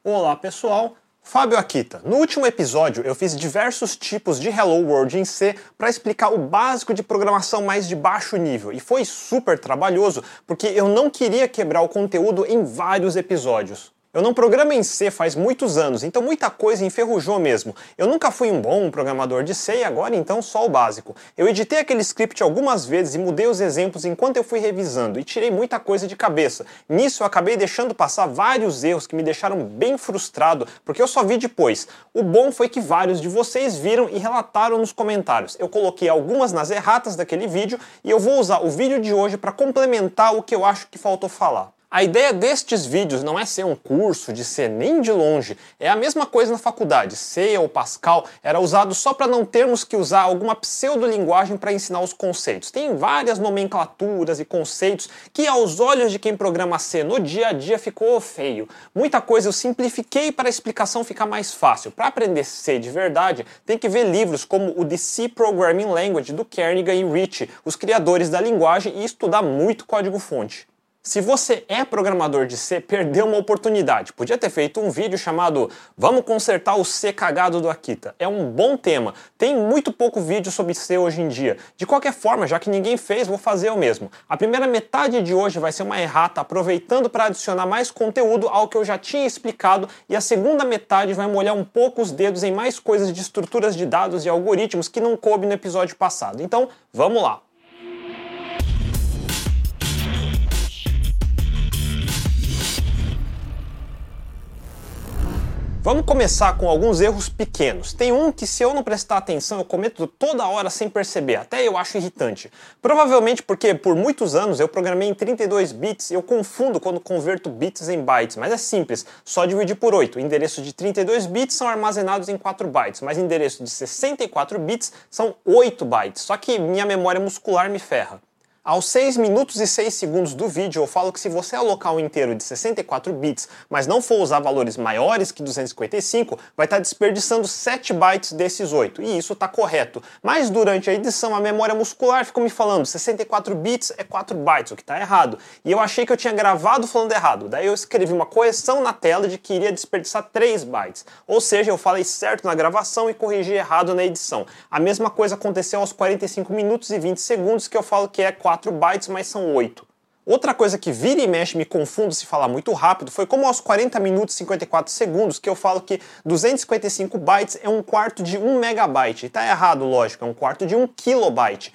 Olá pessoal, Fábio Akita. No último episódio eu fiz diversos tipos de Hello World em C para explicar o básico de programação mais de baixo nível e foi super trabalhoso porque eu não queria quebrar o conteúdo em vários episódios. Eu não programo em C faz muitos anos, então muita coisa enferrujou mesmo. Eu nunca fui um bom programador de C e agora então só o básico. Eu editei aquele script algumas vezes e mudei os exemplos enquanto eu fui revisando e tirei muita coisa de cabeça. Nisso eu acabei deixando passar vários erros que me deixaram bem frustrado, porque eu só vi depois. O bom foi que vários de vocês viram e relataram nos comentários. Eu coloquei algumas nas erratas daquele vídeo e eu vou usar o vídeo de hoje para complementar o que eu acho que faltou falar. A ideia destes vídeos não é ser um curso de C nem de longe, é a mesma coisa na faculdade. C ou Pascal era usado só para não termos que usar alguma pseudolinguagem para ensinar os conceitos. Tem várias nomenclaturas e conceitos que aos olhos de quem programa C no dia a dia ficou feio. Muita coisa eu simplifiquei para a explicação ficar mais fácil. Para aprender C de verdade, tem que ver livros como o The C Programming Language do Kernighan e Ricci, os criadores da linguagem, e estudar muito código-fonte. Se você é programador de C, perdeu uma oportunidade. Podia ter feito um vídeo chamado Vamos consertar o C cagado do Akita. É um bom tema. Tem muito pouco vídeo sobre C hoje em dia. De qualquer forma, já que ninguém fez, vou fazer eu mesmo. A primeira metade de hoje vai ser uma errata, aproveitando para adicionar mais conteúdo ao que eu já tinha explicado, e a segunda metade vai molhar um pouco os dedos em mais coisas de estruturas de dados e algoritmos que não coube no episódio passado. Então, vamos lá. Vamos começar com alguns erros pequenos. Tem um que, se eu não prestar atenção, eu cometo toda hora sem perceber, até eu acho irritante. Provavelmente porque por muitos anos eu programei em 32 bits e eu confundo quando converto bits em bytes, mas é simples, só dividir por 8. Endereços de 32 bits são armazenados em 4 bytes, mas endereços de 64 bits são 8 bytes, só que minha memória muscular me ferra. Aos 6 minutos e 6 segundos do vídeo eu falo que se você alocar um inteiro de 64 bits, mas não for usar valores maiores que 255, vai estar desperdiçando 7 bytes desses 8, e isso está correto. Mas durante a edição a memória muscular ficou me falando 64 bits é 4 bytes, o que está errado. E eu achei que eu tinha gravado falando errado, daí eu escrevi uma correção na tela de que iria desperdiçar 3 bytes. Ou seja, eu falei certo na gravação e corrigi errado na edição. A mesma coisa aconteceu aos 45 minutos e 20 segundos que eu falo que é 4 bytes, mas são 8. Outra coisa que vira e mexe me confundo se falar muito rápido foi como aos 40 minutos e 54 segundos que eu falo que 255 bytes é um quarto de 1 megabyte. E tá errado, lógico, é um quarto de 1 kilobyte.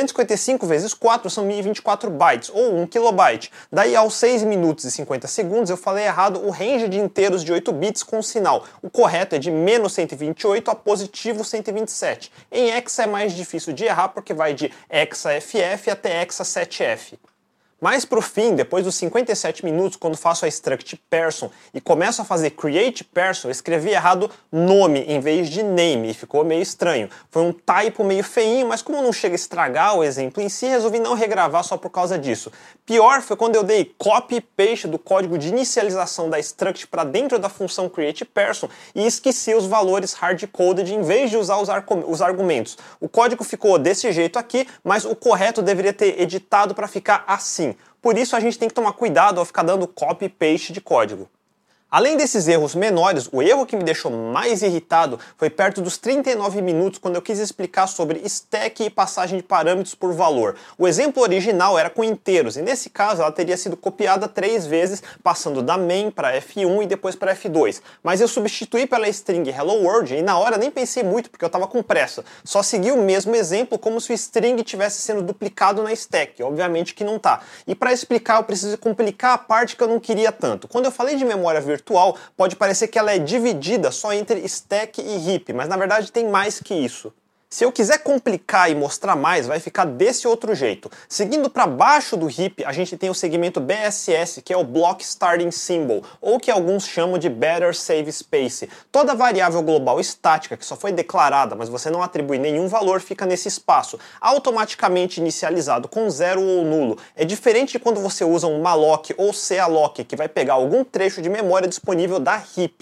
255 vezes 4 são 1024 bytes, ou 1 kilobyte. Daí aos 6 minutos e 50 segundos eu falei errado o range de inteiros de 8 bits com sinal. O correto é de menos 128 a positivo 127. Em hexa é mais difícil de errar porque vai de hexa-FF até hexa-7F. Mais pro fim, depois dos 57 minutos, quando faço a struct person e começo a fazer create person, eu escrevi errado nome em vez de name e ficou meio estranho. Foi um typo meio feinho, mas como não chega a estragar o exemplo em si, resolvi não regravar só por causa disso. Pior foi quando eu dei copy e paste do código de inicialização da struct para dentro da função create person e esqueci os valores hard-coded em vez de usar os argumentos. O código ficou desse jeito aqui, mas o correto deveria ter editado para ficar assim. Por isso a gente tem que tomar cuidado ao ficar dando copy e paste de código. Além desses erros menores, o erro que me deixou mais irritado foi perto dos 39 minutos quando eu quis explicar sobre stack e passagem de parâmetros por valor. O exemplo original era com inteiros, e nesse caso ela teria sido copiada 3 vezes, passando da main para F1 e depois para F2. Mas eu substituí pela string Hello World e na hora nem pensei muito porque eu estava com pressa. Só segui o mesmo exemplo como se o string estivesse sendo duplicado na stack, obviamente que não tá. E para explicar eu preciso complicar a parte que eu não queria tanto. Quando eu falei de memória virtual, pode parecer que ela é dividida só entre stack e heap, mas na verdade tem mais que isso. Se eu quiser complicar e mostrar mais, vai ficar desse outro jeito. Seguindo para baixo do heap, a gente tem o segmento BSS, que é o Block Starting Symbol, ou que alguns chamam de Better Save Space. Toda variável global estática que só foi declarada, mas você não atribui nenhum valor, fica nesse espaço, automaticamente inicializado com 0 ou nulo. É diferente de quando você usa um malloc ou calloc, que vai pegar algum trecho de memória disponível da heap.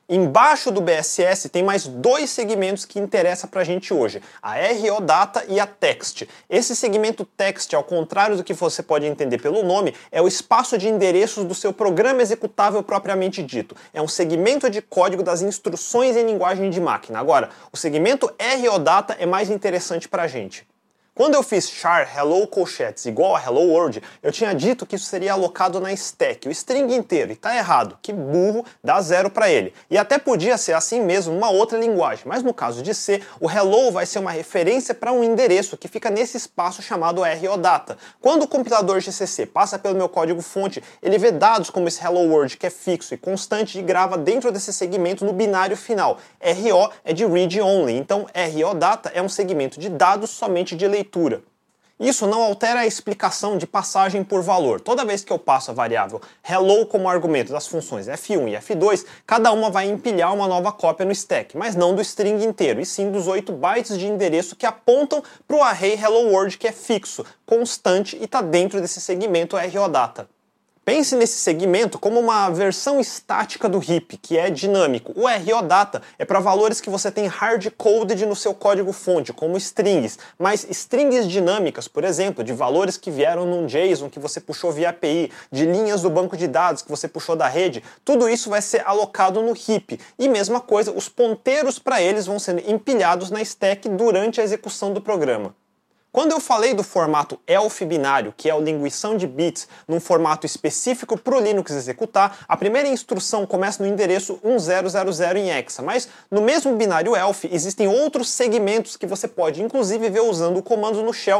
Embaixo do BSS tem mais dois segmentos que interessam pra gente hoje, a RO-Data e a Text. Esse segmento Text, ao contrário do que você pode entender pelo nome, é o espaço de endereços do seu programa executável propriamente dito. É um segmento de código das instruções em linguagem de máquina. Agora, o segmento RO-Data é mais interessante pra gente. Quando eu fiz char hello colchetes igual a hello world, eu tinha dito que isso seria alocado na stack, o string inteiro, e tá errado, que burro, dá 0 para ele. E até podia ser assim mesmo numa outra linguagem, mas no caso de C, o hello vai ser uma referência para um endereço que fica nesse espaço chamado RO-Data. Quando o compilador GCC passa pelo meu código-fonte, ele vê dados como esse hello world que é fixo e constante e grava dentro desse segmento no binário final. RO é de read only, então RO-Data é um segmento de dados somente de leitura. Isso não altera a explicação de passagem por valor. Toda vez que eu passo a variável hello como argumento das funções f1 e f2, cada uma vai empilhar uma nova cópia no stack, mas não do string inteiro, e sim dos 8 bytes de endereço que apontam para o array hello world que é fixo, constante e está dentro desse segmento RO-Data. Pense nesse segmento como uma versão estática do heap, que é dinâmico. O RO-Data é para valores que você tem hard-coded no seu código-fonte, como strings, mas strings dinâmicas, por exemplo, de valores que vieram num JSON que você puxou via API, de linhas do banco de dados que você puxou da rede, tudo isso vai ser alocado no heap. E mesma coisa, os ponteiros para eles vão sendo empilhados na stack durante a execução do programa. Quando eu falei do formato ELF binário, que é a linguição de bits num formato específico para o Linux executar, a primeira instrução começa no endereço 1000 em hexa, mas no mesmo binário ELF existem outros segmentos que você pode inclusive ver usando o comando no shell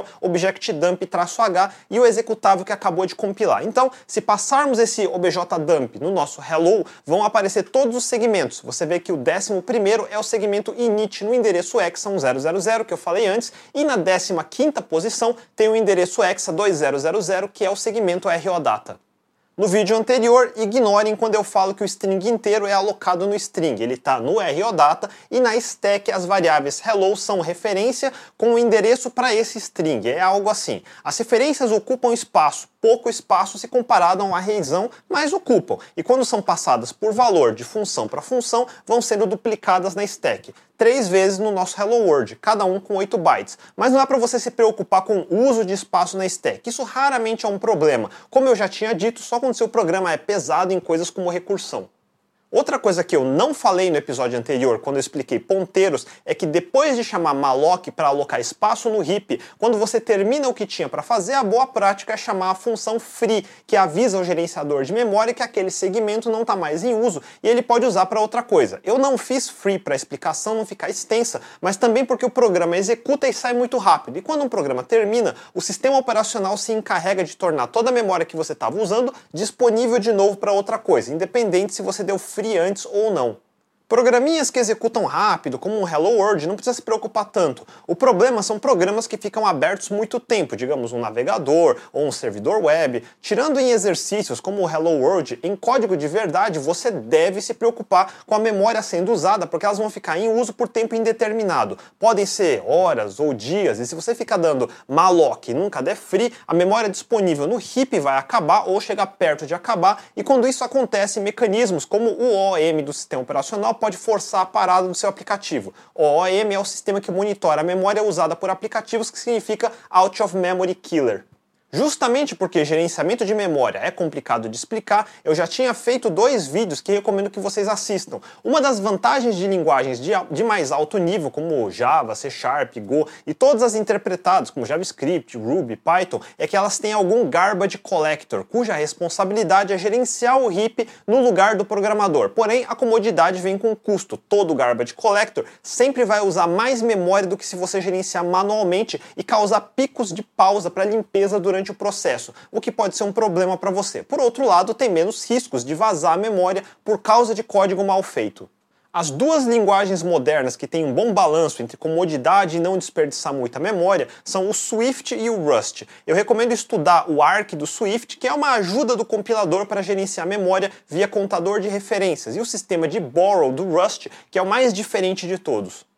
objdump-h e o executável que acabou de compilar. Então, se passarmos esse objdump no nosso hello, vão aparecer todos os segmentos. Você vê que o 11º é o segmento init no endereço hexa 1000 que eu falei antes, e na 15ª posição tem o endereço hexa 2000, que é o segmento RO-Data. No vídeo anterior, ignorem quando eu falo que o string inteiro é alocado no string. Ele está no RO-Data e na stack as variáveis hello são referência com o endereço para esse string. É algo assim. As referências ocupam espaço, pouco espaço se comparado a um arrayzão, mas ocupam. E quando são passadas por valor de função para função, vão sendo duplicadas na stack. 3 vezes no nosso Hello World, cada um com 8 bytes. Mas não é para você se preocupar com o uso de espaço na stack. Isso raramente é um problema. Como eu já tinha dito, só quando seu programa é pesado em coisas como recursão. Outra coisa que eu não falei no episódio anterior, quando eu expliquei ponteiros, é que depois de chamar malloc para alocar espaço no heap, quando você termina o que tinha para fazer, a boa prática é chamar a função free, que avisa ao gerenciador de memória que aquele segmento não está mais em uso e ele pode usar para outra coisa. Eu não fiz free para a explicação não ficar extensa, mas também porque o programa executa e sai muito rápido. E quando um programa termina, o sistema operacional se encarrega de tornar toda a memória que você estava usando disponível de novo para outra coisa, independente se você deu free antes ou não. Programinhas que executam rápido, como um Hello World, não precisa se preocupar tanto. O problema são programas que ficam abertos muito tempo, digamos um navegador ou um servidor web. Tirando em exercícios como o Hello World, em código de verdade você deve se preocupar com a memória sendo usada, porque elas vão ficar em uso por tempo indeterminado. Podem ser horas ou dias, e se você ficar dando malloc e nunca der free, a memória disponível no heap vai acabar ou chegar perto de acabar, e quando isso acontece, mecanismos como o OOM do sistema operacional pode forçar a parada do seu aplicativo. O OOM é o sistema que monitora a memória usada por aplicativos, que significa Out of Memory Killer. Justamente porque gerenciamento de memória é complicado de explicar, eu já tinha feito 2 vídeos que recomendo que vocês assistam. Uma das vantagens de linguagens de mais alto nível, como Java, C#, Go e todas as interpretadas, como JavaScript, Ruby, Python, é que elas têm algum garbage collector, cuja responsabilidade é gerenciar o heap no lugar do programador. Porém, a comodidade vem com custo. Todo garbage collector sempre vai usar mais memória do que se você gerenciar manualmente e causar picos de pausa para limpeza durante o processo, o que pode ser um problema para você. Por outro lado, tem menos riscos de vazar a memória por causa de código mal feito. As 2 linguagens modernas que têm um bom balanço entre comodidade e não desperdiçar muita memória são o Swift e o Rust. Eu recomendo estudar o ARC do Swift, que é uma ajuda do compilador para gerenciar memória via contador de referências, e o sistema de borrow do Rust, que é o mais diferente de todos.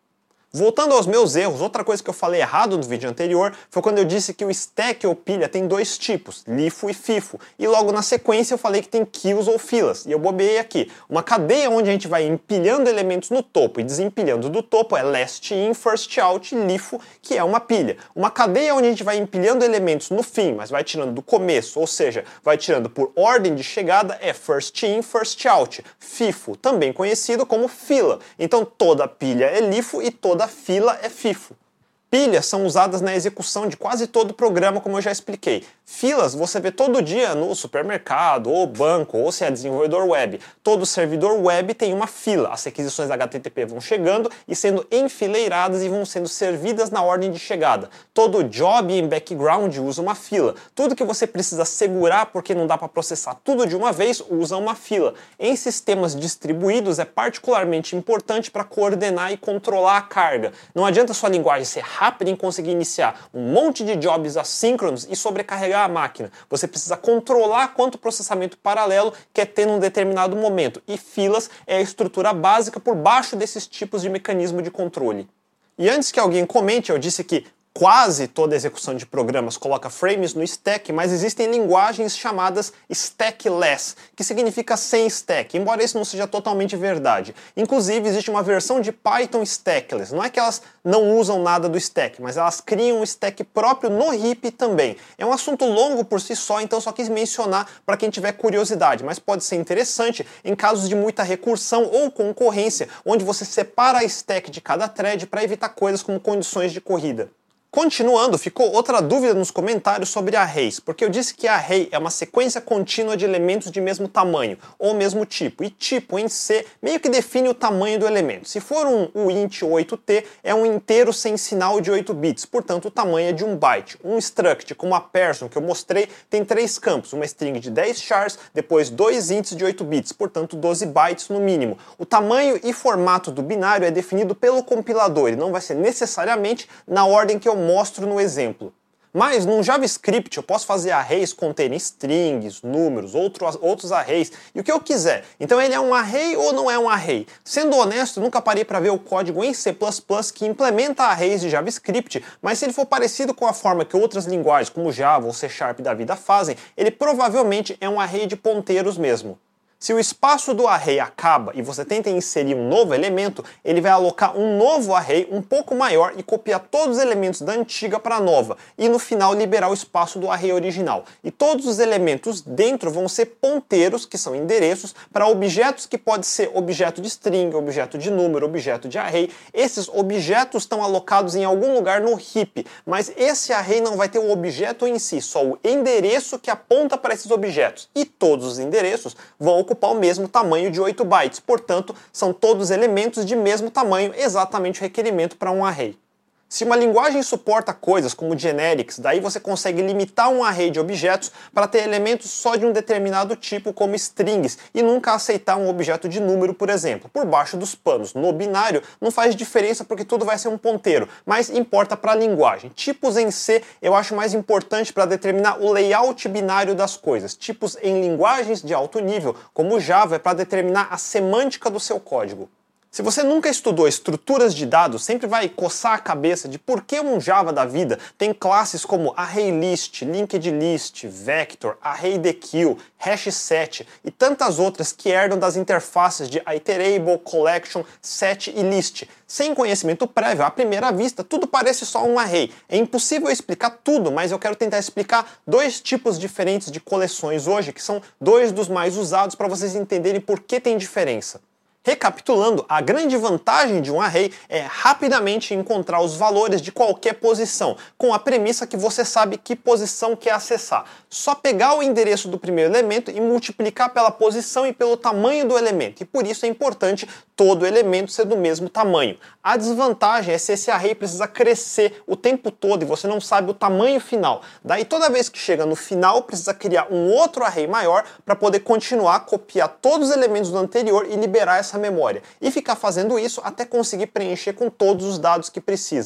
Voltando aos meus erros, outra coisa que eu falei errado no vídeo anterior foi quando eu disse que o stack ou pilha tem dois tipos, LIFO e FIFO, e logo na sequência eu falei que tem queues ou filas, e eu bobeei aqui. Uma cadeia onde a gente vai empilhando elementos no topo e desempilhando do topo é last in, first out, LIFO, que é uma pilha. Uma cadeia onde a gente vai empilhando elementos no fim, mas vai tirando do começo, ou seja, vai tirando por ordem de chegada, é first in, first out, FIFO, também conhecido como fila. Então toda pilha é LIFO e toda fila é FIFO. Pilhas são usadas na execução de quase todo o programa, como eu já expliquei. Filas você vê todo dia no supermercado, ou banco, ou se é desenvolvedor web. Todo servidor web tem uma fila. As requisições HTTP vão chegando e sendo enfileiradas e vão sendo servidas na ordem de chegada. Todo job em background usa uma fila. Tudo que você precisa segurar porque não dá para processar tudo de uma vez, usa uma fila. Em sistemas distribuídos é particularmente importante para coordenar e controlar a carga. Não adianta sua linguagem ser rápida em conseguir iniciar um monte de jobs assíncronos e sobrecarregar a máquina. Você precisa controlar quanto processamento paralelo quer ter num determinado momento. E filas é a estrutura básica por baixo desses tipos de mecanismo de controle. E antes que alguém comente, eu disse que quase toda execução de programas coloca frames no stack, mas existem linguagens chamadas stackless, que significa sem stack, embora isso não seja totalmente verdade. Inclusive, existe uma versão de Python stackless. Não é que elas não usam nada do stack, mas elas criam um stack próprio no heap também. É um assunto longo por si só, então só quis mencionar para quem tiver curiosidade, mas pode ser interessante em casos de muita recursão ou concorrência, onde você separa a stack de cada thread para evitar coisas como condições de corrida. Continuando, ficou outra dúvida nos comentários sobre arrays, porque eu disse que array é uma sequência contínua de elementos de mesmo tamanho, ou mesmo tipo, e tipo em C meio que define o tamanho do elemento. Se for um int 8t, é um inteiro sem sinal de 8 bits, portanto o tamanho é de 1 byte. Um struct, como a person que eu mostrei, tem 3 campos, uma string de 10 chars, depois 2 ints de 8 bits, portanto 12 bytes no mínimo. O tamanho e formato do binário é definido pelo compilador, e não vai ser necessariamente na ordem que eu mostro no exemplo. Mas num JavaScript eu posso fazer arrays conterem strings, números, outros arrays e o que eu quiser. Então ele é um array ou não é um array? Sendo honesto, nunca parei para ver o código em C++ que implementa arrays de JavaScript, mas se ele for parecido com a forma que outras linguagens como Java ou C# da vida fazem, ele provavelmente é um array de ponteiros mesmo. Se o espaço do array acaba e você tenta inserir um novo elemento, ele vai alocar um novo array um pouco maior e copiar todos os elementos da antiga para a nova, e no final liberar o espaço do array original. E todos os elementos dentro vão ser ponteiros, que são endereços, para objetos que pode ser objeto de string, objeto de número, objeto de array. Esses objetos estão alocados em algum lugar no heap, mas esse array não vai ter o objeto em si, só o endereço que aponta para esses objetos. E todos os endereços vão ocupar o mesmo tamanho de 8 bytes, portanto, são todos elementos de mesmo tamanho, exatamente o requerimento para um array. Se uma linguagem suporta coisas como generics, daí você consegue limitar um array de objetos para ter elementos só de um determinado tipo, como strings, e nunca aceitar um objeto de número, por exemplo. Por baixo dos panos, no binário, não faz diferença porque tudo vai ser um ponteiro, mas importa para a linguagem. Tipos em C eu acho mais importante para determinar o layout binário das coisas. Tipos em linguagens de alto nível, como Java, é para determinar a semântica do seu código. Se você nunca estudou estruturas de dados, sempre vai coçar a cabeça de por que um Java da vida tem classes como ArrayList, LinkedList, Vector, ArrayDequeue, HashSet e tantas outras que herdam das interfaces de Iterable, Collection, Set e List. Sem conhecimento prévio, à primeira vista, tudo parece só um array. É impossível explicar tudo, mas eu quero tentar explicar dois tipos diferentes de coleções hoje, que são dois dos mais usados para vocês entenderem por que tem diferença. Recapitulando, a grande vantagem de um array é rapidamente encontrar os valores de qualquer posição, com a premissa que você sabe que posição quer acessar. Só pegar o endereço do primeiro elemento e multiplicar pela posição e pelo tamanho do elemento, e por isso é importante todo elemento ser do mesmo tamanho. A desvantagem é se esse array precisa crescer o tempo todo e você não sabe o tamanho final. Daí toda vez que chega no final, precisa criar um outro array maior para poder continuar a copiar todos os elementos do anterior e liberar essa memória. E ficar fazendo isso até conseguir preencher com todos os dados que precisa.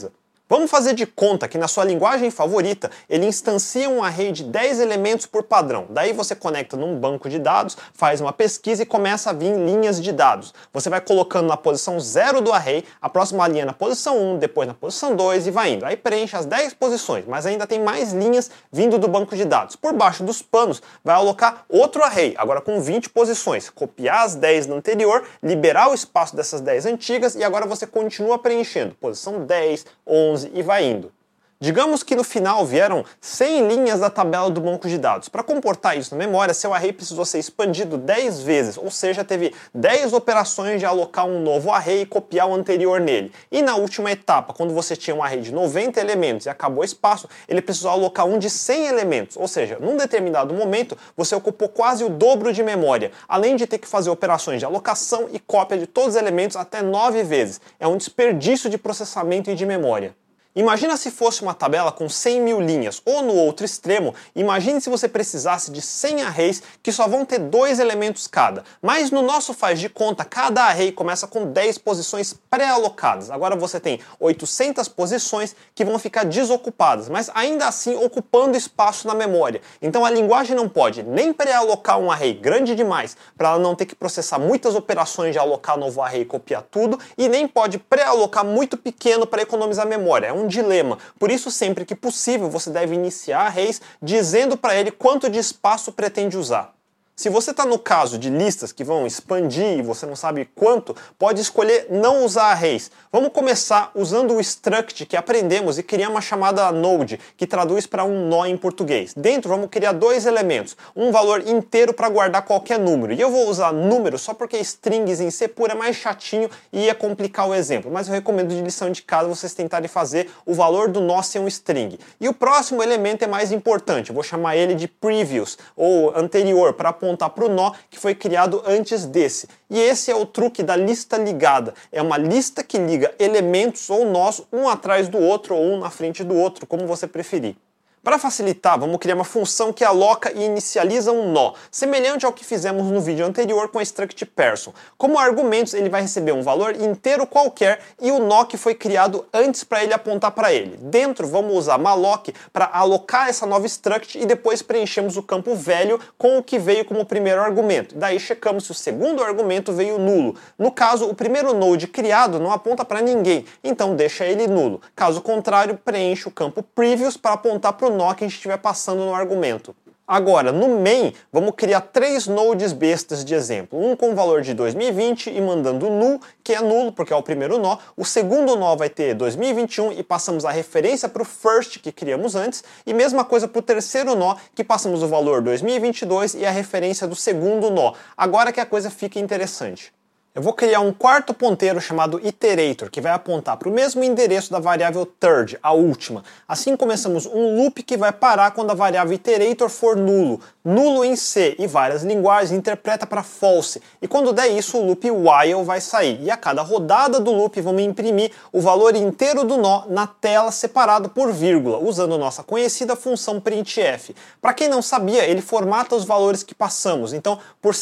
Vamos fazer de conta que na sua linguagem favorita ele instancia um array de 10 elementos por padrão. Daí você conecta num banco de dados, faz uma pesquisa e começa a vir linhas de dados. Você vai colocando na posição 0 do array, a próxima linha na posição 1, depois na posição 2 e vai indo. Aí preenche as 10 posições, mas ainda tem mais linhas vindo do banco de dados. Por baixo dos panos vai alocar outro array, agora com 20 posições. Copiar as 10 do anterior, liberar o espaço dessas 10 antigas e agora você continua preenchendo. Posição 10, 11 e vai indo. Digamos que no final vieram 100 linhas da tabela do banco de dados. Para comportar isso na memória, seu array precisou ser expandido 10 vezes, ou seja, teve 10 operações de alocar um novo array e copiar o anterior nele. E na última etapa, quando você tinha um array de 90 elementos e acabou o espaço, ele precisou alocar um de 100 elementos, ou seja, num determinado momento você ocupou quase o dobro de memória, além de ter que fazer operações de alocação e cópia de todos os elementos até 9 vezes. É um desperdício de processamento e de memória. Imagina se fosse uma tabela com 100 mil linhas, ou no outro extremo, imagine se você precisasse de 100 arrays que só vão ter 2 elementos cada. Mas no nosso faz de conta, cada array começa com 10 posições pré-alocadas. Agora você tem 800 posições que vão ficar desocupadas, mas ainda assim ocupando espaço na memória. Então a linguagem não pode nem pré-alocar um array grande demais para ela não ter que processar muitas operações de alocar novo array e copiar tudo, e nem pode pré-alocar muito pequeno para economizar memória. É um dilema. Por isso, sempre que possível, você deve iniciar arrays dizendo para ele quanto de espaço pretende usar. Se você está no caso de listas que vão expandir e você não sabe quanto, pode escolher não usar arrays. Vamos começar usando o struct que aprendemos e criar uma chamada node, que traduz para um nó em português. Dentro vamos criar 2 elementos, um valor inteiro para guardar qualquer número. E eu vou usar número só porque strings em C puro é mais chatinho e ia complicar o exemplo. Mas eu recomendo de lição de casa vocês tentarem fazer o valor do nó ser um string. E o próximo elemento é mais importante, eu vou chamar ele de previous, ou anterior, para apontar para o nó que foi criado antes desse. E esse é o truque da lista ligada. É uma lista que liga elementos ou nós um atrás do outro ou um na frente do outro, como você preferir. Para facilitar, vamos criar uma função que aloca e inicializa um nó, semelhante ao que fizemos no vídeo anterior com a struct person. Como argumentos, ele vai receber um valor inteiro qualquer e o nó que foi criado antes para ele apontar para ele. Dentro, vamos usar malloc para alocar essa nova struct e depois preenchemos o campo velho com o que veio como primeiro argumento. Daí checamos se o segundo argumento veio nulo. No caso, o primeiro node criado não aponta para ninguém, então deixa ele nulo. Caso contrário, preenche o campo previous para apontar para o nó que a gente estiver passando no argumento. Agora, no main, vamos criar 3 nodes bestas de exemplo. Um com valor de 2020 e mandando null, que é nulo porque é o primeiro nó. O segundo nó vai ter 2021 e passamos a referência para o first que criamos antes. E mesma coisa para o terceiro nó, que passamos o valor 2022 e a referência do segundo nó. Agora que a coisa fica interessante. Eu vou criar um quarto ponteiro chamado iterator, que vai apontar para o mesmo endereço da variável third, a última. Assim começamos um loop que vai parar quando a variável iterator for nulo. Nulo em C e várias linguagens interpreta para false. E quando der isso, o loop while vai sair. E a cada rodada do loop vamos imprimir o valor inteiro do nó na tela separado por vírgula, usando nossa conhecida função printf. Para quem não sabia, ele formata os valores que passamos. Então,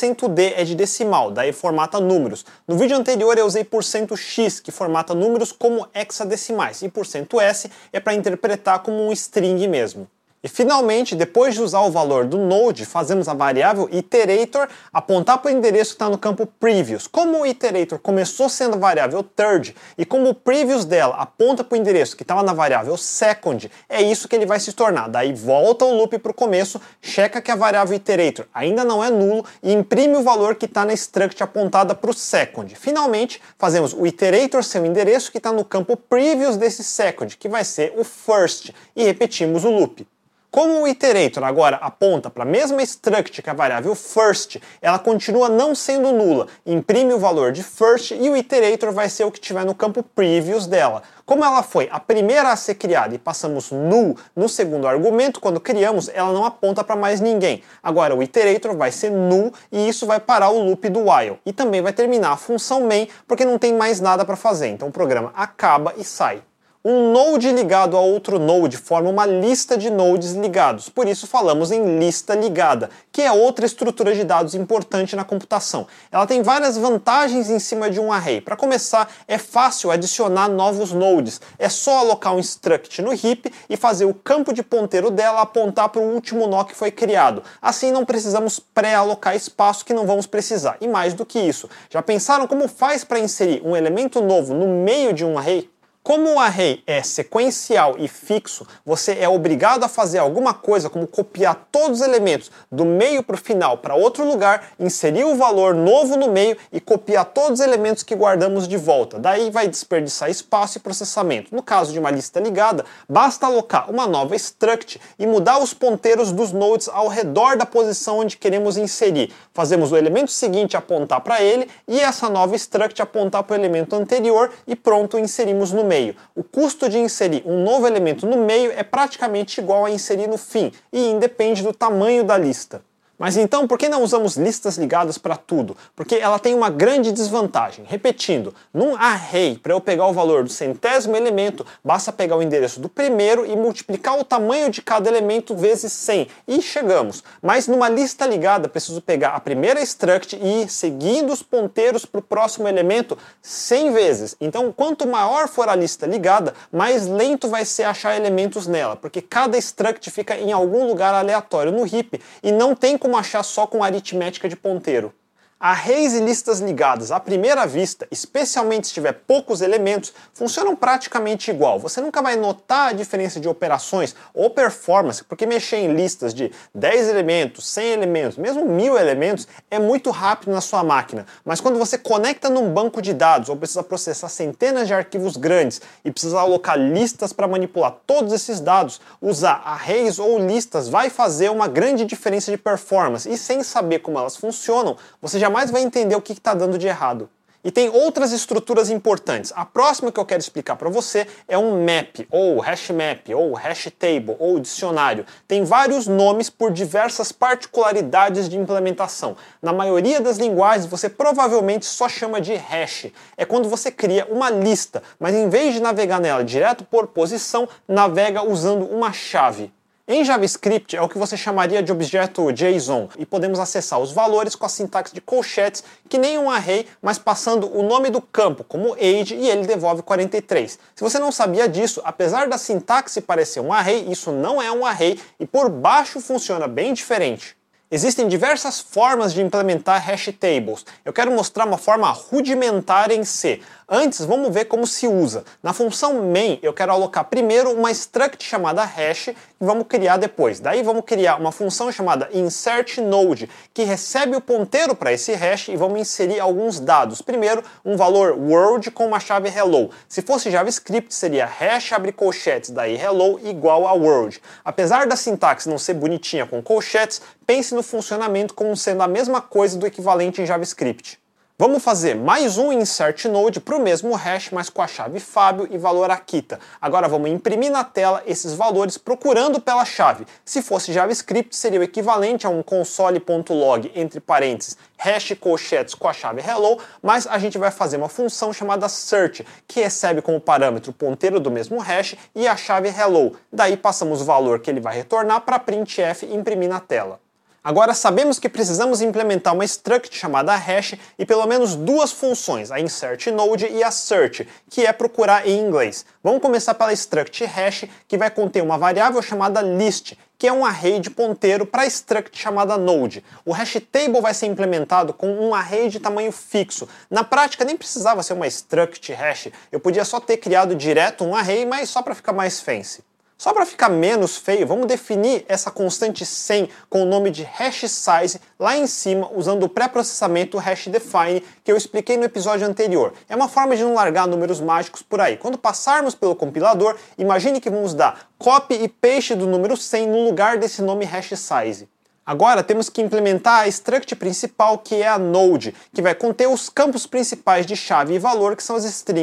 %d é de decimal, daí formata números. No vídeo anterior eu usei %x, que formata números como hexadecimais, e %s é para interpretar como um string mesmo. E finalmente, depois de usar o valor do node, fazemos a variável iterator apontar para o endereço que está no campo previous. Como o iterator começou sendo a variável third e como o previous dela aponta para o endereço que estava na variável second, é isso que ele vai se tornar. Daí volta o loop para o começo, checa que a variável iterator ainda não é nulo e imprime o valor que está na struct apontada para o second. Finalmente, fazemos o iterator ser o endereço que está no campo previous desse second, que vai ser o first, e repetimos o loop. Como o iterator agora aponta para a mesma struct que a variável first, ela continua não sendo nula, imprime o valor de first e o iterator vai ser o que tiver no campo previous dela. Como ela foi a primeira a ser criada e passamos null no segundo argumento, quando criamos, ela não aponta para mais ninguém. Agora o iterator vai ser null e isso vai parar o loop do while. E também vai terminar a função main porque não tem mais nada para fazer, então o programa acaba e sai. Um node ligado a outro node forma uma lista de nodes ligados, por isso falamos em lista ligada, que é outra estrutura de dados importante na computação. Ela tem várias vantagens em cima de um array. Para começar, é fácil adicionar novos nodes. É só alocar um struct no heap e fazer o campo de ponteiro dela apontar para o último nó que foi criado. Assim não precisamos pré-alocar espaço que não vamos precisar. E mais do que isso, já pensaram como faz para inserir um elemento novo no meio de um array? Como o array é sequencial e fixo, você é obrigado a fazer alguma coisa como copiar todos os elementos do meio para o final para outro lugar, inserir o valor novo no meio e copiar todos os elementos que guardamos de volta. Daí vai desperdiçar espaço e processamento. No caso de uma lista ligada, basta alocar uma nova struct e mudar os ponteiros dos nodes ao redor da posição onde queremos inserir. Fazemos o elemento seguinte apontar para ele e essa nova struct apontar para o elemento anterior e pronto, inserimos no meio. O custo de inserir um novo elemento no meio é praticamente igual a inserir no fim e independe do tamanho da lista. Mas então, por que não usamos listas ligadas para tudo? Porque ela tem uma grande desvantagem. Repetindo, num array, para eu pegar o valor do centésimo elemento, basta pegar o endereço do primeiro e multiplicar o tamanho de cada elemento vezes 100, e chegamos. Mas numa lista ligada, preciso pegar a primeira struct e ir seguindo os ponteiros para o próximo elemento 100 vezes. Então, quanto maior for a lista ligada, mais lento vai ser achar elementos nela, porque cada struct fica em algum lugar aleatório no heap e não tem como achar só com aritmética de ponteiro. Arrays e listas ligadas à primeira vista, especialmente se tiver poucos elementos, funcionam praticamente igual. Você nunca vai notar a diferença de operações ou performance, porque mexer em listas de 10 elementos, 100 elementos, mesmo 1000 elementos, é muito rápido na sua máquina. Mas quando você conecta num banco de dados ou precisa processar centenas de arquivos grandes e precisa alocar listas para manipular todos esses dados, usar arrays ou listas vai fazer uma grande diferença de performance. E sem saber como elas funcionam, você jamais vai entender o que está dando de errado. E tem outras estruturas importantes. A próxima que eu quero explicar para você é um map, ou hash map, ou hash table, ou dicionário. Tem vários nomes por diversas particularidades de implementação. Na maioria das linguagens você provavelmente só chama de hash. É quando você cria uma lista, mas em vez de navegar nela direto por posição, navega usando uma chave. Em JavaScript é o que você chamaria de objeto JSON e podemos acessar os valores com a sintaxe de colchetes, que nem um array, mas passando o nome do campo como age e ele devolve 43. Se você não sabia disso, apesar da sintaxe parecer um array, isso não é um array e por baixo funciona bem diferente. Existem diversas formas de implementar hash tables. Eu quero mostrar uma forma rudimentar em C. Antes, vamos ver como se usa. Na função main, eu quero alocar primeiro uma struct chamada hash, que vamos criar depois. Daí vamos criar uma função chamada insertNode, que recebe o ponteiro para esse hash e vamos inserir alguns dados. Primeiro, um valor world com uma chave hello. Se fosse JavaScript, seria hash abre colchetes, daí hello igual a world. Apesar da sintaxe não ser bonitinha com colchetes, pense no funcionamento como sendo a mesma coisa do equivalente em JavaScript. Vamos fazer mais um insertNode para o mesmo hash, mas com a chave Fábio e valor Akita. Agora vamos imprimir na tela esses valores procurando pela chave. Se fosse JavaScript, seria o equivalente a um console.log, entre parênteses, hash colchetes com a chave hello, mas a gente vai fazer uma função chamada search, que recebe como parâmetro o ponteiro do mesmo hash e a chave hello. Daí passamos o valor que ele vai retornar para printf e imprimir na tela. Agora sabemos que precisamos implementar uma struct chamada hash e pelo menos duas funções, a insertNode e a search, que é procurar em inglês. Vamos começar pela struct hash, que vai conter uma variável chamada list, que é um array de ponteiro para a struct chamada node. O hash table vai ser implementado com um array de tamanho fixo. Na prática nem precisava ser uma struct hash, eu podia só ter criado direto um array, mas só para ficar mais fancy. Só para ficar menos feio, vamos definir essa constante 100 com o nome de hash size lá em cima, usando o pré-processamento hashDefine que eu expliquei no episódio anterior. É uma forma de não largar números mágicos por aí. Quando passarmos pelo compilador, imagine que vamos dar copy e paste do número 100 no lugar desse nome hash size. Agora temos que implementar a struct principal, que é a node, que vai conter os campos principais de chave e valor, que são as strings key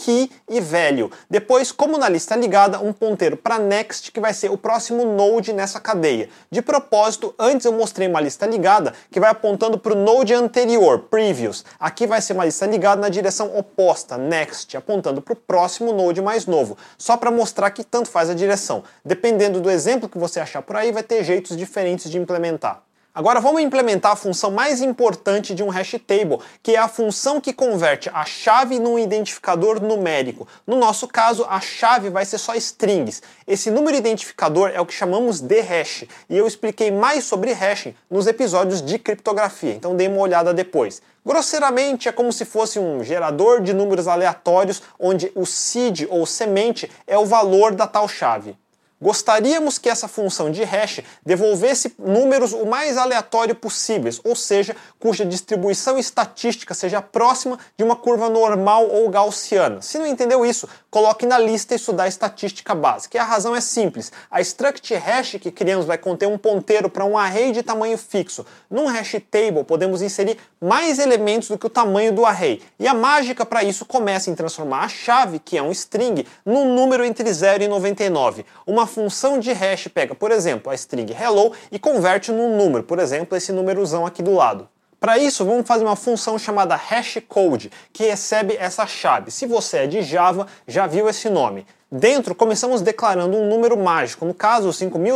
key e value. Depois, como na lista ligada, um ponteiro para next, que vai ser o próximo node nessa cadeia. De propósito, antes eu mostrei uma lista ligada que vai apontando para o node anterior, previous. Aqui vai ser uma lista ligada na direção oposta, next, apontando para o próximo node mais novo, só para mostrar que tanto faz a direção. Dependendo do exemplo que você achar por aí, vai ter jeitos diferentes de implementar. Agora vamos implementar a função mais importante de um hash table, que é a função que converte a chave num identificador numérico. No nosso caso, a chave vai ser só strings. Esse número identificador é o que chamamos de hash, e eu expliquei mais sobre hashing nos episódios de criptografia, então dê uma olhada depois. Grosseiramente, é como se fosse um gerador de números aleatórios, onde o seed ou semente é o valor da tal chave. Gostaríamos que essa função de hash devolvesse números o mais aleatório possíveis, ou seja, cuja distribuição estatística seja próxima de uma curva normal ou gaussiana. Se não entendeu isso, coloque na lista estudar estatística básica. E a razão é simples. A struct hash que criamos vai conter um ponteiro para um array de tamanho fixo. Num hash table, podemos inserir mais elementos do que o tamanho do array. E a mágica para isso começa em transformar a chave, que é um string, num número entre 0 e 99. Uma função de hash pega, por exemplo, a string hello e converte num número, por exemplo, esse númerozão aqui do lado. Para isso, vamos fazer uma função chamada hashcode, que recebe essa chave. Se você é de Java, já viu esse nome. Dentro, começamos declarando um número mágico, no caso,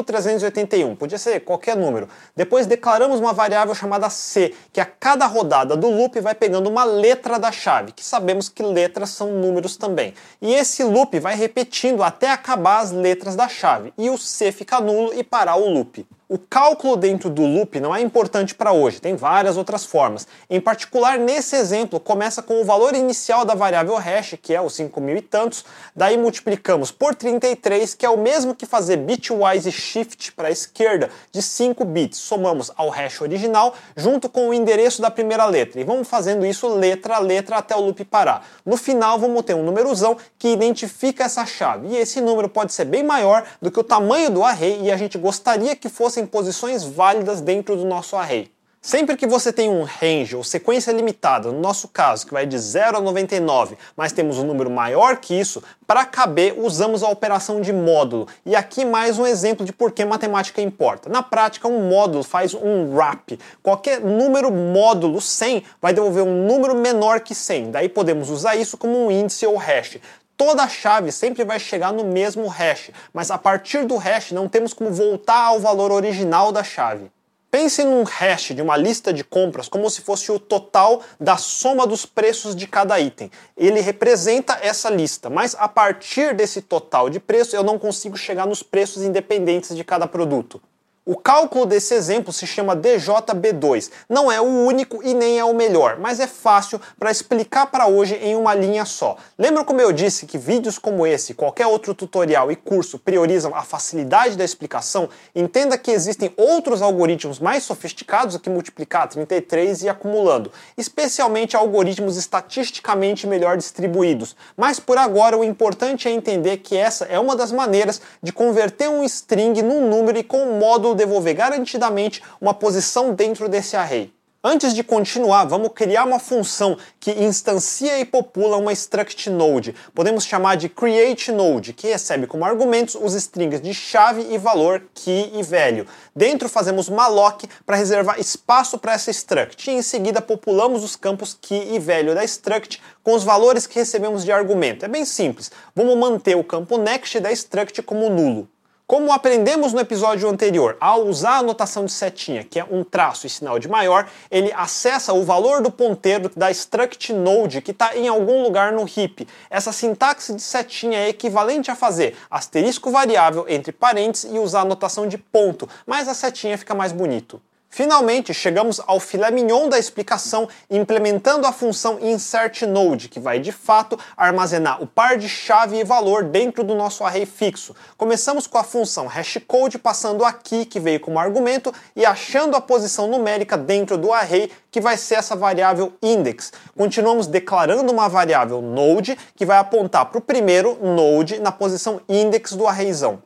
5.381, podia ser qualquer número. Depois declaramos uma variável chamada C, que a cada rodada do loop vai pegando uma letra da chave, que sabemos que letras são números também. E esse loop vai repetindo até acabar as letras da chave, e o C fica nulo e parar o loop. O cálculo dentro do loop não é importante para hoje, tem várias outras formas. Em particular, nesse exemplo, começa com o valor inicial da variável hash, que é os 5.000 e tantos, daí multiplicamos por 33, que é o mesmo que fazer bitwise shift para a esquerda de 5 bits. Somamos ao hash original junto com o endereço da primeira letra, e vamos fazendo isso letra a letra até o loop parar. No final, vamos ter um numerozão que identifica essa chave, e esse número pode ser bem maior do que o tamanho do array, e a gente gostaria que fossem posições válidas dentro do nosso array. Sempre que você tem um range ou sequência limitada, no nosso caso, que vai de 0 a 99, mas temos um número maior que isso, para caber usamos a operação de módulo. E aqui mais um exemplo de por que matemática importa. Na prática, um módulo faz um wrap. Qualquer número módulo 100 vai devolver um número menor que 100. Daí podemos usar isso como um índice ou hash. Toda chave sempre vai chegar no mesmo hash, mas a partir do hash não temos como voltar ao valor original da chave. Pense num hash de uma lista de compras como se fosse o total da soma dos preços de cada item. Ele representa essa lista, mas a partir desse total de preço eu não consigo chegar nos preços independentes de cada produto. O cálculo desse exemplo se chama DJB2. Não é o único e nem é o melhor, mas é fácil para explicar para hoje em uma linha só. Lembra como eu disse que vídeos como esse, qualquer outro tutorial e curso priorizam a facilidade da explicação? Entenda que existem outros algoritmos mais sofisticados do que multiplicar 33 e ir acumulando, especialmente algoritmos estatisticamente melhor distribuídos. Mas por agora o importante é entender que essa é uma das maneiras de converter um string num número e com um módulo devolver garantidamente uma posição dentro desse array. Antes de continuar, vamos criar uma função que instancia e popula uma struct node. Podemos chamar de create node, que recebe como argumentos os strings de chave e valor, key e value. Dentro fazemos malloc para reservar espaço para essa struct e em seguida populamos os campos key e value da struct com os valores que recebemos de argumento. É bem simples. Vamos manter o campo next da struct como nulo. Como aprendemos no episódio anterior, ao usar a notação de setinha, que é um traço e sinal de maior, ele acessa o valor do ponteiro da struct node que está em algum lugar no heap. Essa sintaxe de setinha é equivalente a fazer asterisco variável entre parênteses e usar a notação de ponto, mas a setinha fica mais bonito. Finalmente, chegamos ao filé mignon da explicação, implementando a função insertNode, que vai de fato armazenar o par de chave e valor dentro do nosso array fixo. Começamos com a função hashcode passando aqui, que veio como argumento, e achando a posição numérica dentro do array, que vai ser essa variável index. Continuamos declarando uma variável node, que vai apontar para o primeiro node na posição index do arrayzão.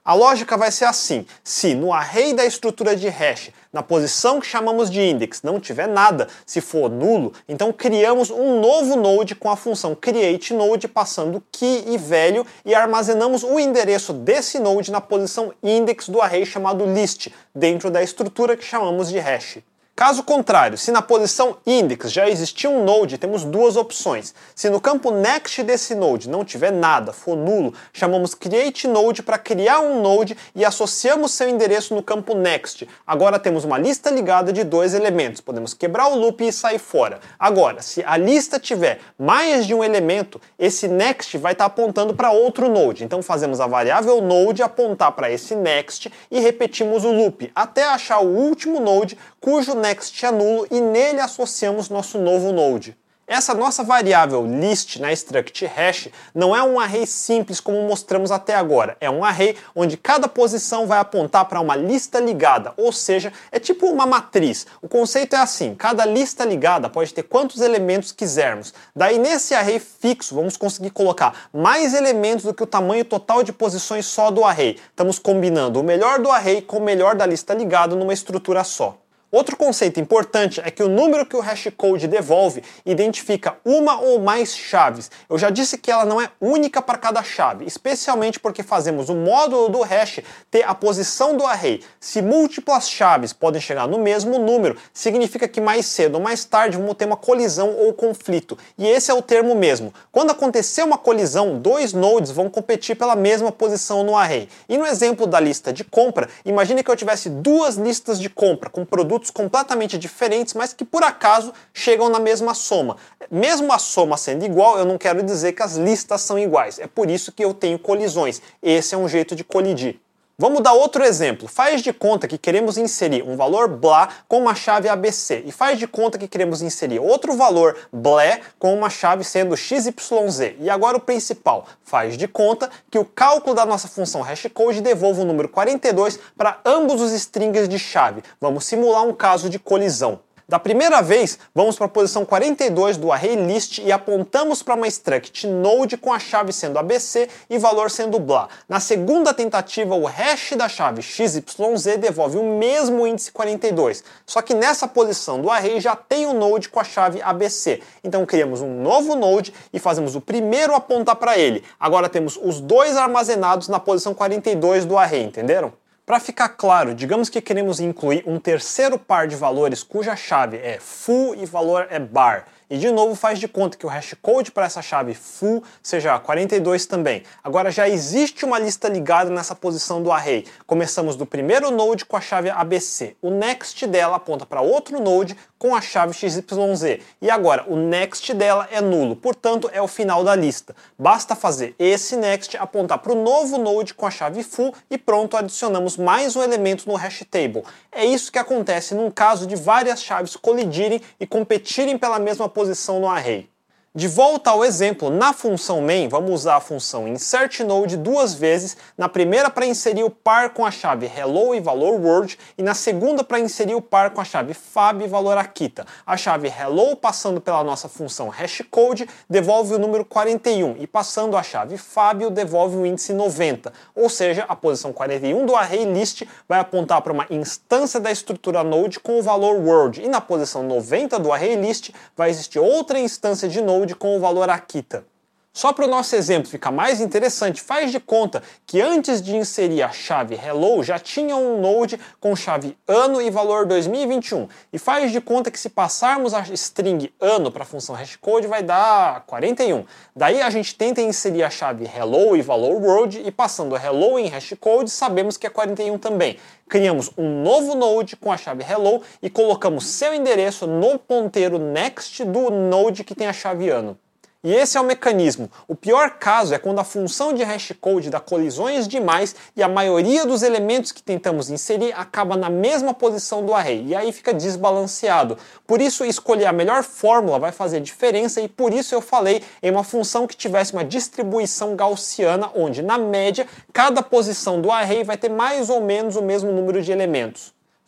A lógica vai ser assim: se no array da estrutura de hash, na posição que chamamos de index, não tiver nada, se for nulo, então criamos um novo node com a função createNode, passando key e value, e armazenamos o endereço desse node na posição index do array chamado list, dentro da estrutura que chamamos de hash. Caso contrário, se na posição index já existir um node, temos duas opções. Se no campo next desse node não tiver nada, for nulo, chamamos createNode para criar um node e associamos seu endereço no campo next. Agora temos uma lista ligada de dois elementos, podemos quebrar o loop e sair fora. Agora, se a lista tiver mais de um elemento, esse next vai estar apontando para outro node. Então fazemos a variável node apontar para esse next e repetimos o loop, até achar o último node cujo next é nulo e nele associamos nosso novo node. Essa nossa variável list na struct hash não é um array simples como mostramos até agora. É um array onde cada posição vai apontar para uma lista ligada, ou seja, é tipo uma matriz. O conceito é assim: cada lista ligada pode ter quantos elementos quisermos. Daí nesse array fixo vamos conseguir colocar mais elementos do que o tamanho total de posições só do array. Estamos combinando o melhor do array com o melhor da lista ligada numa estrutura só. Outro conceito importante é que o número que o hashcode devolve identifica uma ou mais chaves. Eu já disse que ela não é única para cada chave, especialmente porque fazemos o módulo do hash ter a posição do array. Se múltiplas chaves podem chegar no mesmo número, significa que mais cedo ou mais tarde vamos ter uma colisão ou conflito. E esse é o termo mesmo. Quando acontecer uma colisão, dois nodes vão competir pela mesma posição no array. E no exemplo da lista de compra, imagine que eu tivesse duas listas de compra com produtos completamente diferentes, mas que por acaso chegam na mesma soma. Mesmo a soma sendo igual, eu não quero dizer que as listas são iguais. É por isso que eu tenho colisões. Esse é um jeito de colidir. Vamos dar outro exemplo. Faz de conta que queremos inserir um valor blá com uma chave ABC e faz de conta que queremos inserir outro valor blé com uma chave sendo XYZ. E agora o principal, faz de conta que o cálculo da nossa função hashcode devolva o número 42 para ambos os strings de chave. Vamos simular um caso de colisão. Da primeira vez, vamos para a posição 42 do array list e apontamos para uma struct node com a chave sendo ABC e valor sendo blá. Na segunda tentativa, o hash da chave XYZ devolve o mesmo índice 42, só que nessa posição do array já tem um node com a chave ABC. Então criamos um novo node e fazemos o primeiro apontar para ele. Agora temos os dois armazenados na posição 42 do array, entenderam? Para ficar claro, digamos que queremos incluir um terceiro par de valores cuja chave é full e valor é bar. E de novo faz de conta que o hashcode para essa chave full seja 42 também. Agora já existe uma lista ligada nessa posição do array. Começamos do primeiro node com a chave ABC. O next dela aponta para outro node com a chave XYZ. E agora o next dela é nulo, portanto é o final da lista. Basta fazer esse next apontar para o novo node com a chave full e pronto, adicionamos mais um elemento no hash table. É isso que acontece num caso de várias chaves colidirem e competirem pela mesma posição no array. De volta ao exemplo, na função main, vamos usar a função insertNode duas vezes, na primeira para inserir o par com a chave hello e valor word, e na segunda para inserir o par com a chave fab e valor Akita. A chave hello, passando pela nossa função hashcode, devolve o número 41, e passando a chave fab, devolve o índice 90. Ou seja, a posição 41 do array list vai apontar para uma instância da estrutura node com o valor word, e na posição 90 do array list vai existir outra instância de node com o valor Akita. Só para o nosso exemplo ficar mais interessante, faz de conta que antes de inserir a chave hello já tinha um node com chave ano e valor 2021. E faz de conta que se passarmos a string ano para a função hashcode vai dar 41. Daí a gente tenta inserir a chave hello e valor world e passando hello em hashcode sabemos que é 41 também. Criamos um novo node com a chave hello e colocamos seu endereço no ponteiro next do node que tem a chave ano. E esse é o mecanismo. O pior caso é quando a função de hashcode dá colisões demais e a maioria dos elementos que tentamos inserir acaba na mesma posição do array, e aí fica desbalanceado. Por isso, escolher a melhor fórmula vai fazer diferença, e por isso eu falei em uma função que tivesse uma distribuição gaussiana, onde, na média, cada posição do array vai ter mais ou menos o mesmo número de elementos.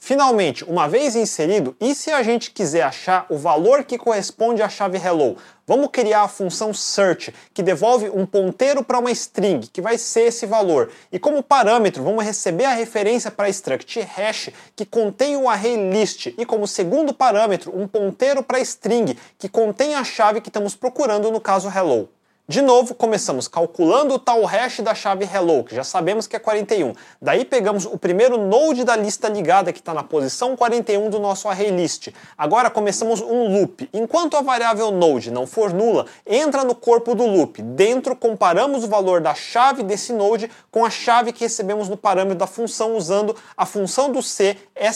Finalmente, uma vez inserido, e se a gente quiser achar o valor que corresponde à chave hello? Vamos criar a função search, que devolve um ponteiro para uma string, que vai ser esse valor. E como parâmetro, vamos receber a referência para struct hash, que contém o array list. E como segundo parâmetro, um ponteiro para string, que contém a chave que estamos procurando, no caso hello. De novo, começamos calculando o tal hash da chave hello, que já sabemos que é 41. Daí pegamos o primeiro node da lista ligada, que está na posição 41 do nosso array list. Agora começamos um loop. Enquanto a variável node não for nula, entra no corpo do loop. Dentro, comparamos o valor da chave desse node com a chave que recebemos no parâmetro da função, usando a função do C,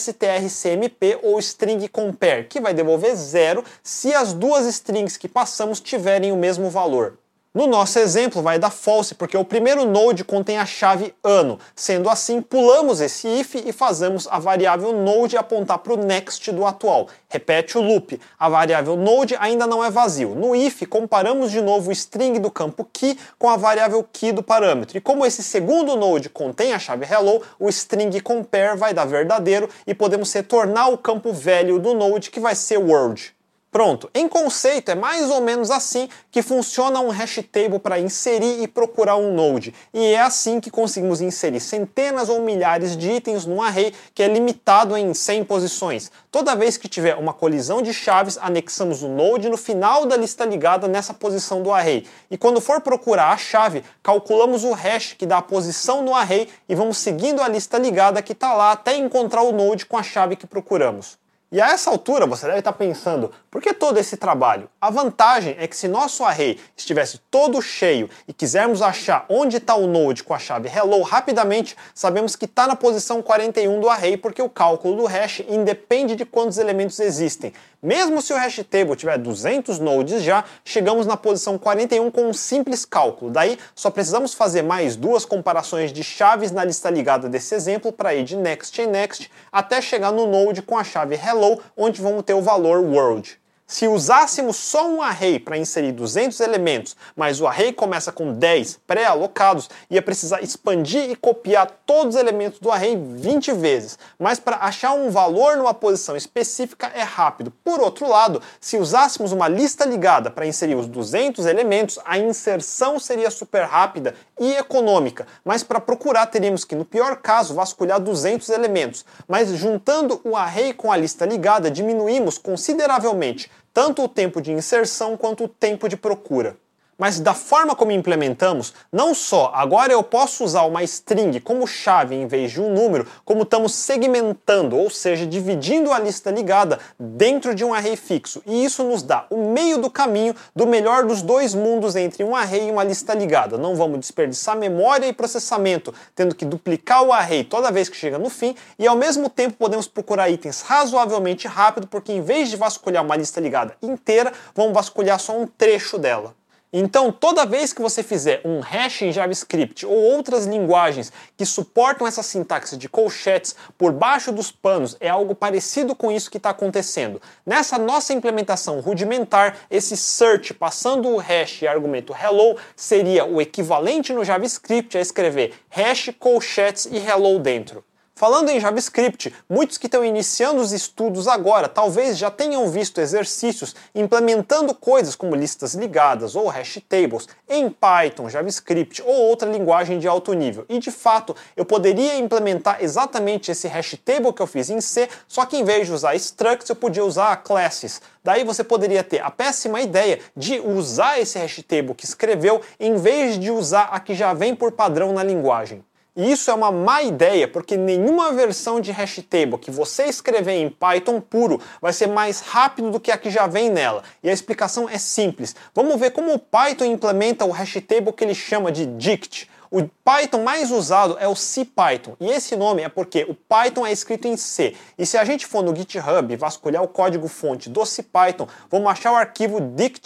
strcmp ou string compare, que vai devolver 0 se as duas strings que passamos tiverem o mesmo valor. No nosso exemplo vai dar false, porque o primeiro node contém a chave ano. Sendo assim, pulamos esse if e fazemos a variável node apontar para o next do atual. Repete o loop. A variável node ainda não é vazio. No if, comparamos de novo o string do campo key com a variável key do parâmetro. E como esse segundo node contém a chave hello, o string compare vai dar verdadeiro e podemos retornar o campo velho do node, que vai ser world. Pronto, em conceito é mais ou menos assim que funciona um hash table para inserir e procurar um node. E é assim que conseguimos inserir centenas ou milhares de itens num array que é limitado em 100 posições. Toda vez que tiver uma colisão de chaves, anexamos o node no final da lista ligada nessa posição do array. E quando for procurar a chave, calculamos o hash que dá a posição no array e vamos seguindo a lista ligada que está lá até encontrar o node com a chave que procuramos. E a essa altura você deve estar pensando, por que todo esse trabalho? A vantagem é que se nosso array estivesse todo cheio e quisermos achar onde está o node com a chave hello rapidamente, sabemos que está na posição 41 do array, porque o cálculo do hash independe de quantos elementos existem. Mesmo se o hash table tiver 200 nodes já, chegamos na posição 41 com um simples cálculo. Daí só precisamos fazer mais duas comparações de chaves na lista ligada desse exemplo para ir de next em next até chegar no node com a chave hello, onde vamos ter o valor world. Se usássemos só um array para inserir 200 elementos, mas o array começa com 10 pré-alocados, ia precisar expandir e copiar todos os elementos do array 20 vezes. Mas para achar um valor numa posição específica é rápido. Por outro lado, se usássemos uma lista ligada para inserir os 200 elementos, a inserção seria super rápida e econômica. Mas para procurar teríamos que, no pior caso, vasculhar 200 elementos. Mas juntando o array com a lista ligada, diminuímos consideravelmente tanto o tempo de inserção quanto o tempo de procura. Mas da forma como implementamos, não só agora eu posso usar uma string como chave em vez de um número, como estamos segmentando, ou seja, dividindo a lista ligada dentro de um array fixo. E isso nos dá o meio do caminho do melhor dos dois mundos entre um array e uma lista ligada. Não vamos desperdiçar memória e processamento, tendo que duplicar o array toda vez que chega no fim, e ao mesmo tempo podemos procurar itens razoavelmente rápido, porque em vez de vasculhar uma lista ligada inteira, vamos vasculhar só um trecho dela. Então, toda vez que você fizer um hash em JavaScript ou outras linguagens que suportam essa sintaxe de colchetes por baixo dos panos, é algo parecido com isso que está acontecendo. Nessa nossa implementação rudimentar, esse search passando o hash e argumento hello seria o equivalente no JavaScript a escrever hash, colchetes e hello dentro. Falando em JavaScript, muitos que estão iniciando os estudos agora talvez já tenham visto exercícios implementando coisas como listas ligadas ou hash tables em Python, JavaScript ou outra linguagem de alto nível. E de fato, eu poderia implementar exatamente esse hash table que eu fiz em C, só que em vez de usar structs, eu podia usar classes. Daí você poderia ter a péssima ideia de usar esse hash table que escreveu em vez de usar a que já vem por padrão na linguagem. E isso é uma má ideia, porque nenhuma versão de hash table que você escrever em Python puro vai ser mais rápido do que a que já vem nela. E a explicação é simples. Vamos ver como o Python implementa o hash table que ele chama de dict. O Python mais usado é o CPython, e esse nome é porque o Python é escrito em C. E se a gente for no GitHub e vasculhar o código-fonte do CPython, vamos achar o arquivo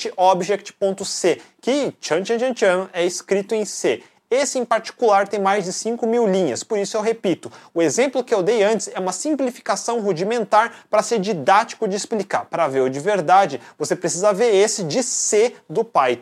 dictobject.c, que é escrito em C. Esse em particular tem mais de 5.000 linhas, por isso eu repito, o exemplo que eu dei antes é uma simplificação rudimentar para ser didático de explicar. Para ver o de verdade, você precisa ver esse de C do Python.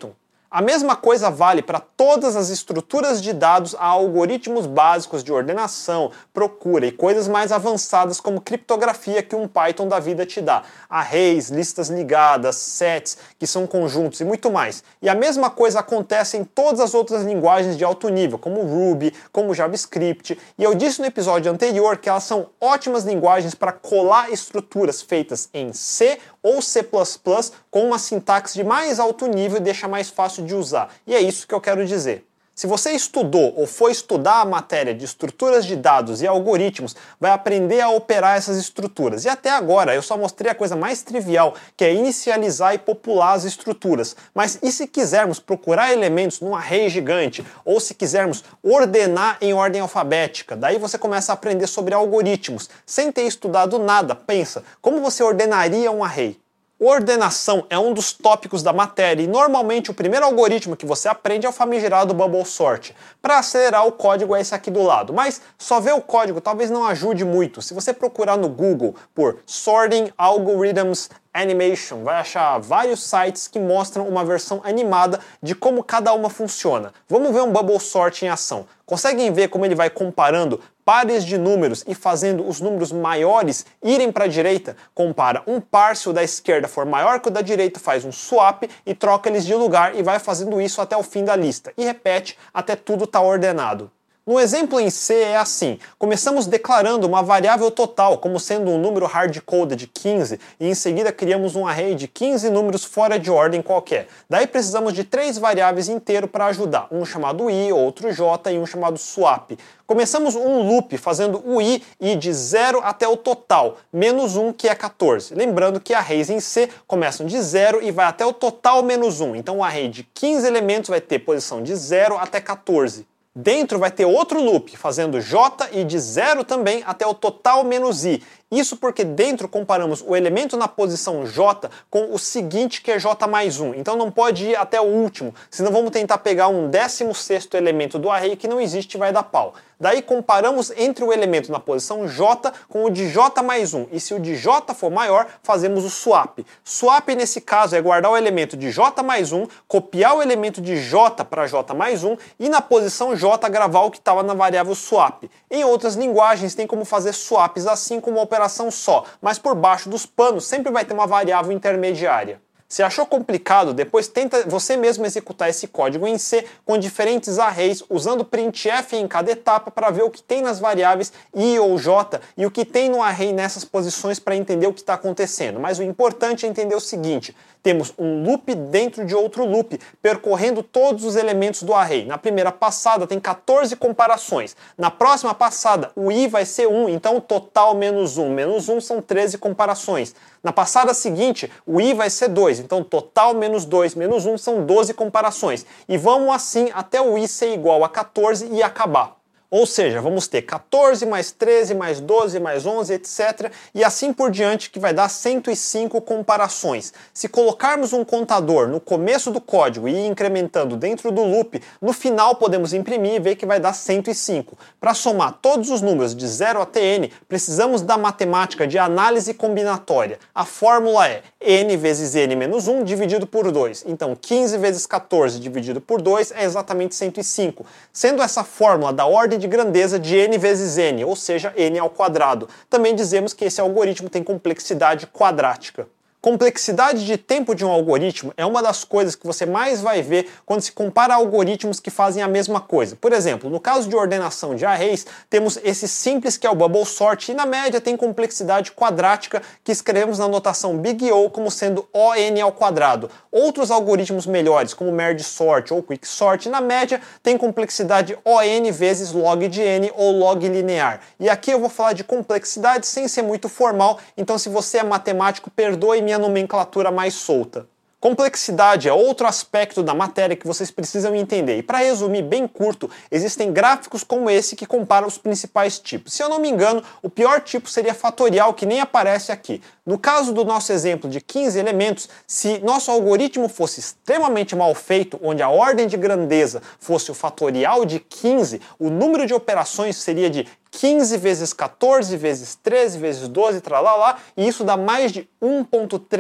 A mesma coisa vale para todas as estruturas de dados a algoritmos básicos de ordenação, procura e coisas mais avançadas como criptografia que um Python da vida te dá. Arrays, listas ligadas, sets, que são conjuntos e muito mais. E a mesma coisa acontece em todas as outras linguagens de alto nível, como Ruby, como JavaScript. E eu disse no episódio anterior que elas são ótimas linguagens para colar estruturas feitas em C ou C++ com uma sintaxe de mais alto nível e deixa mais fácil de usar. E é isso que eu quero dizer. Se você estudou ou foi estudar a matéria de estruturas de dados e algoritmos, vai aprender a operar essas estruturas. E até agora eu só mostrei a coisa mais trivial, que é inicializar e popular as estruturas. Mas e se quisermos procurar elementos num array gigante? Ou se quisermos ordenar em ordem alfabética? Daí você começa a aprender sobre algoritmos. Sem ter estudado nada, pensa, como você ordenaria um array? Ordenação é um dos tópicos da matéria e normalmente o primeiro algoritmo que você aprende é o famigerado Bubble Sort. Para acelerar o código é esse aqui do lado, mas só ver o código talvez não ajude muito. Se você procurar no Google por Sorting Algorithms Animation, vai achar vários sites que mostram uma versão animada de como cada uma funciona. Vamos ver um Bubble Sort em ação. Conseguem ver como ele vai comparando pares de números e fazendo os números maiores irem para a direita? Compara um par, se o da esquerda for maior que o da direita, faz um swap e troca eles de lugar e vai fazendo isso até o fim da lista. E repete até tudo estar ordenado. No exemplo em C é assim, começamos declarando uma variável total como sendo um número hard-coded de 15 e em seguida criamos um array de 15 números fora de ordem qualquer. Daí precisamos de 3 variáveis inteiros para ajudar, um chamado i, outro j e um chamado swap. Começamos um loop fazendo o i de 0 até o total, menos 1 que é 14. Lembrando que arrays em C começam de 0 e vai até o total menos 1. Então um array de 15 elementos vai ter posição de 0 até 14. Dentro vai ter outro loop, fazendo j e de 0 também até o total menos i. Isso porque dentro comparamos o elemento na posição j com o seguinte, que é j mais 1. Então não pode ir até o último, senão vamos tentar pegar um 16º elemento do array que não existe e vai dar pau. Daí comparamos entre o elemento na posição j com o de j mais 1. E se o de j for maior, fazemos o swap. Swap nesse caso é guardar o elemento de j mais 1, copiar o elemento de j para j mais 1 e na posição j gravar o que estava na variável swap. Em outras linguagens tem como fazer swaps assim como uma operação só, mas por baixo dos panos sempre vai ter uma variável intermediária. Se achou complicado, depois tenta você mesmo executar esse código em C com diferentes arrays, usando printf em cada etapa para ver o que tem nas variáveis i ou j e o que tem no array nessas posições para entender o que está acontecendo. Mas o importante é entender o seguinte, temos um loop dentro de outro loop, percorrendo todos os elementos do array. Na primeira passada tem 14 comparações. Na próxima passada o i vai ser 1, então o total menos 1. Menos 1 são 13 comparações. Na passada seguinte, o i vai ser 2, então total menos 2 menos 1 são 12 comparações. E vamos assim até o i ser igual a 14 e acabar. Ou seja, vamos ter 14 mais 13 mais 12 mais 11, etc. E assim por diante, que vai dar 105 comparações. Se colocarmos um contador no começo do código e ir incrementando dentro do loop, no final podemos imprimir e ver que vai dar 105. Para somar todos os números de 0 até n, precisamos da matemática de análise combinatória. A fórmula é n vezes n menos 1 dividido por 2. Então 15 vezes 14 dividido por 2 é exatamente 105. Sendo essa fórmula da ordem de grandeza de n vezes n, ou seja, n ao quadrado. Também dizemos que esse algoritmo tem complexidade quadrática. Complexidade de tempo de um algoritmo é uma das coisas que você mais vai ver quando se compara algoritmos que fazem a mesma coisa. Por exemplo, no caso de ordenação de arrays, temos esse simples que é o Bubble Sort e na média tem complexidade quadrática que escrevemos na notação Big O como sendo ON ao quadrado. Outros algoritmos melhores, como Merge Sort ou Quick Sort, na média tem complexidade ON vezes log de n ou log linear. E aqui eu vou falar de complexidade sem ser muito formal, então se você é matemático, perdoe minha nomenclatura mais solta. Complexidade é outro aspecto da matéria que vocês precisam entender. E para resumir bem curto, existem gráficos como esse que comparam os principais tipos. Se eu não me engano, o pior tipo seria fatorial, que nem aparece aqui. No caso do nosso exemplo de 15 elementos, se nosso algoritmo fosse extremamente mal feito, onde a ordem de grandeza fosse o fatorial de 15, o número de operações seria de 15 vezes 14 vezes 13 vezes 12, tralalá, e isso dá mais de 1,3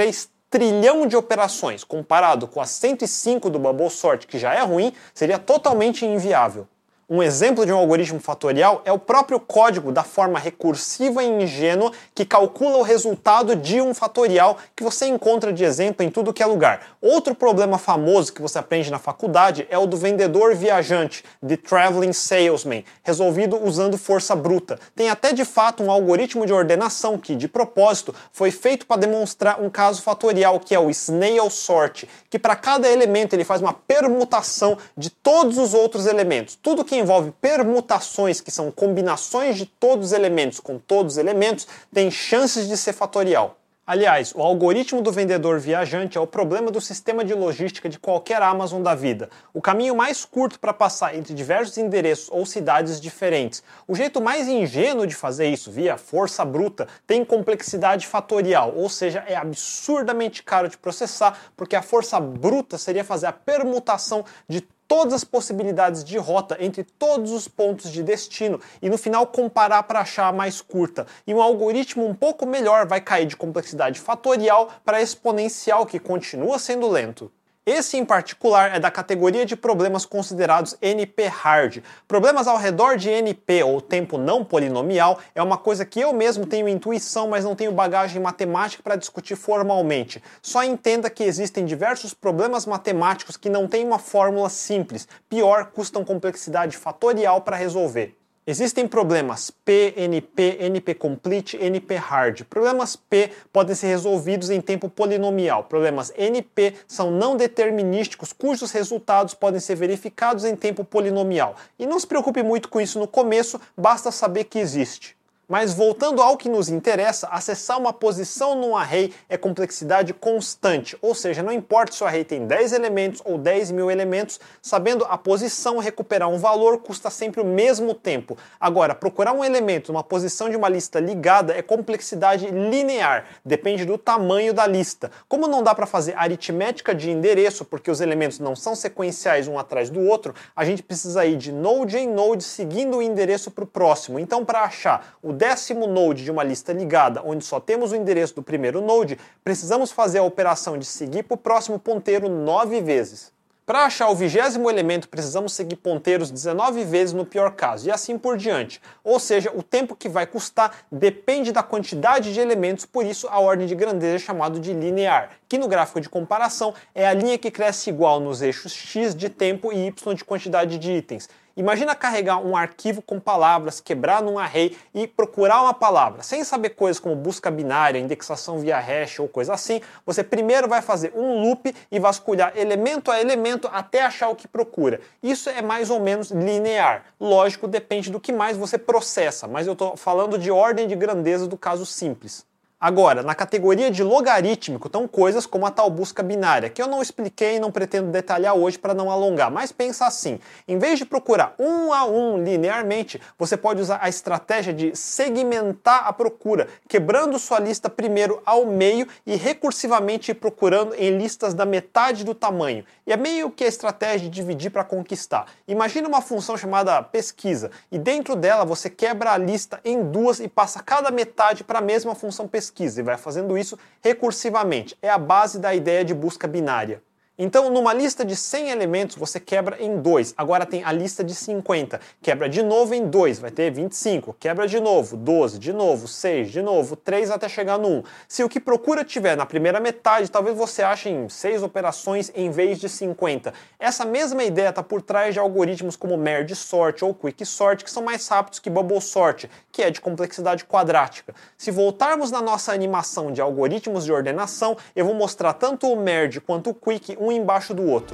trilhão de operações, comparado com as 105 do Bubble Sort, que já é ruim, seria totalmente inviável. Um exemplo de um algoritmo fatorial é o próprio código da forma recursiva e ingênua que calcula o resultado de um fatorial que você encontra de exemplo em tudo que é lugar. Outro problema famoso que você aprende na faculdade é o do vendedor viajante, The Traveling Salesman, resolvido usando força bruta. Tem até de fato um algoritmo de ordenação que, de propósito, foi feito para demonstrar um caso fatorial que é o Snail Sort, que para cada elemento ele faz uma permutação de todos os outros elementos. Tudo que envolve permutações, que são combinações de todos os elementos com todos os elementos, tem chances de ser fatorial. Aliás, o algoritmo do vendedor viajante é o problema do sistema de logística de qualquer Amazon da vida. O caminho mais curto para passar entre diversos endereços ou cidades diferentes. O jeito mais ingênuo de fazer isso, via força bruta, tem complexidade fatorial, ou seja, é absurdamente caro de processar, porque a força bruta seria fazer a permutação de todas as possibilidades de rota entre todos os pontos de destino e no final comparar para achar a mais curta. E um algoritmo um pouco melhor vai cair de complexidade fatorial para exponencial, que continua sendo lento. Esse, em particular, é da categoria de problemas considerados NP-hard. Problemas ao redor de NP, ou tempo não polinomial, é uma coisa que eu mesmo tenho intuição, mas não tenho bagagem matemática para discutir formalmente. Só entenda que existem diversos problemas matemáticos que não têm uma fórmula simples. Pior, custam complexidade fatorial para resolver. Existem problemas P, NP, NP-complete, NP-hard. Problemas P podem ser resolvidos em tempo polinomial. Problemas NP são não determinísticos, cujos resultados podem ser verificados em tempo polinomial. E não se preocupe muito com isso no começo, basta saber que existe. Mas voltando ao que nos interessa, acessar uma posição num array é complexidade constante, ou seja, não importa se o array tem 10 elementos ou 10.000 elementos, sabendo a posição, recuperar um valor custa sempre o mesmo tempo. Agora, procurar um elemento numa posição de uma lista ligada é complexidade linear, depende do tamanho da lista. Como não dá para fazer aritmética de endereço, porque os elementos não são sequenciais um atrás do outro, a gente precisa ir de node em node seguindo o endereço para o próximo. Então, para achar o 10º node de uma lista ligada, onde só temos o endereço do primeiro node, precisamos fazer a operação de seguir para o próximo ponteiro 9 vezes. Para achar o 20º elemento, precisamos seguir ponteiros 19 vezes no pior caso, e assim por diante. Ou seja, o tempo que vai custar depende da quantidade de elementos, por isso a ordem de grandeza é chamada de linear, que no gráfico de comparação é a linha que cresce igual nos eixos x de tempo e y de quantidade de itens. Imagina carregar um arquivo com palavras, quebrar num array e procurar uma palavra. Sem saber coisas como busca binária, indexação via hash ou coisa assim, você primeiro vai fazer um loop e vasculhar elemento a elemento até achar o que procura. Isso é mais ou menos linear. Lógico, depende do que mais você processa, mas eu estou falando de ordem de grandeza do caso simples. Agora, na categoria de logarítmico estão coisas como a tal busca binária, que eu não expliquei e não pretendo detalhar hoje para não alongar, mas pensa assim, em vez de procurar um a um linearmente, você pode usar a estratégia de segmentar a procura, quebrando sua lista primeiro ao meio e recursivamente ir procurando em listas da metade do tamanho. E é meio que a estratégia de dividir para conquistar. Imagina uma função chamada pesquisa, e dentro dela você quebra a lista em duas e passa cada metade para a mesma função pesquisa. E vai fazendo isso recursivamente. É a base da ideia de busca binária. Então, numa lista de 100 elementos, você quebra em 2. Agora tem a lista de 50. Quebra de novo em 2, vai ter 25. Quebra de novo, 12, de novo, 6, de novo, 3 até chegar no 1. Se o que procura tiver na primeira metade, talvez você ache em 6 operações em vez de 50. Essa mesma ideia está por trás de algoritmos como Merge Sort ou Quick Sort, que são mais rápidos que Bubble Sort, que é de complexidade quadrática. Se voltarmos na nossa animação de algoritmos de ordenação, eu vou mostrar tanto o Merge quanto o Quick um embaixo do outro.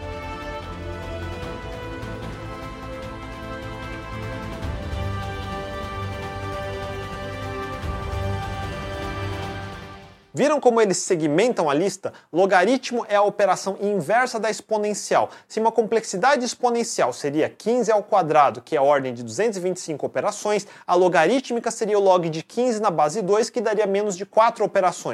Viram como eles segmentam a lista? Logaritmo é a operação inversa da exponencial. Se uma complexidade exponencial seria 15 ao quadrado, que é a ordem de 225 operações, a logarítmica seria o log de 15 na base 2, que daria menos de 4 operações.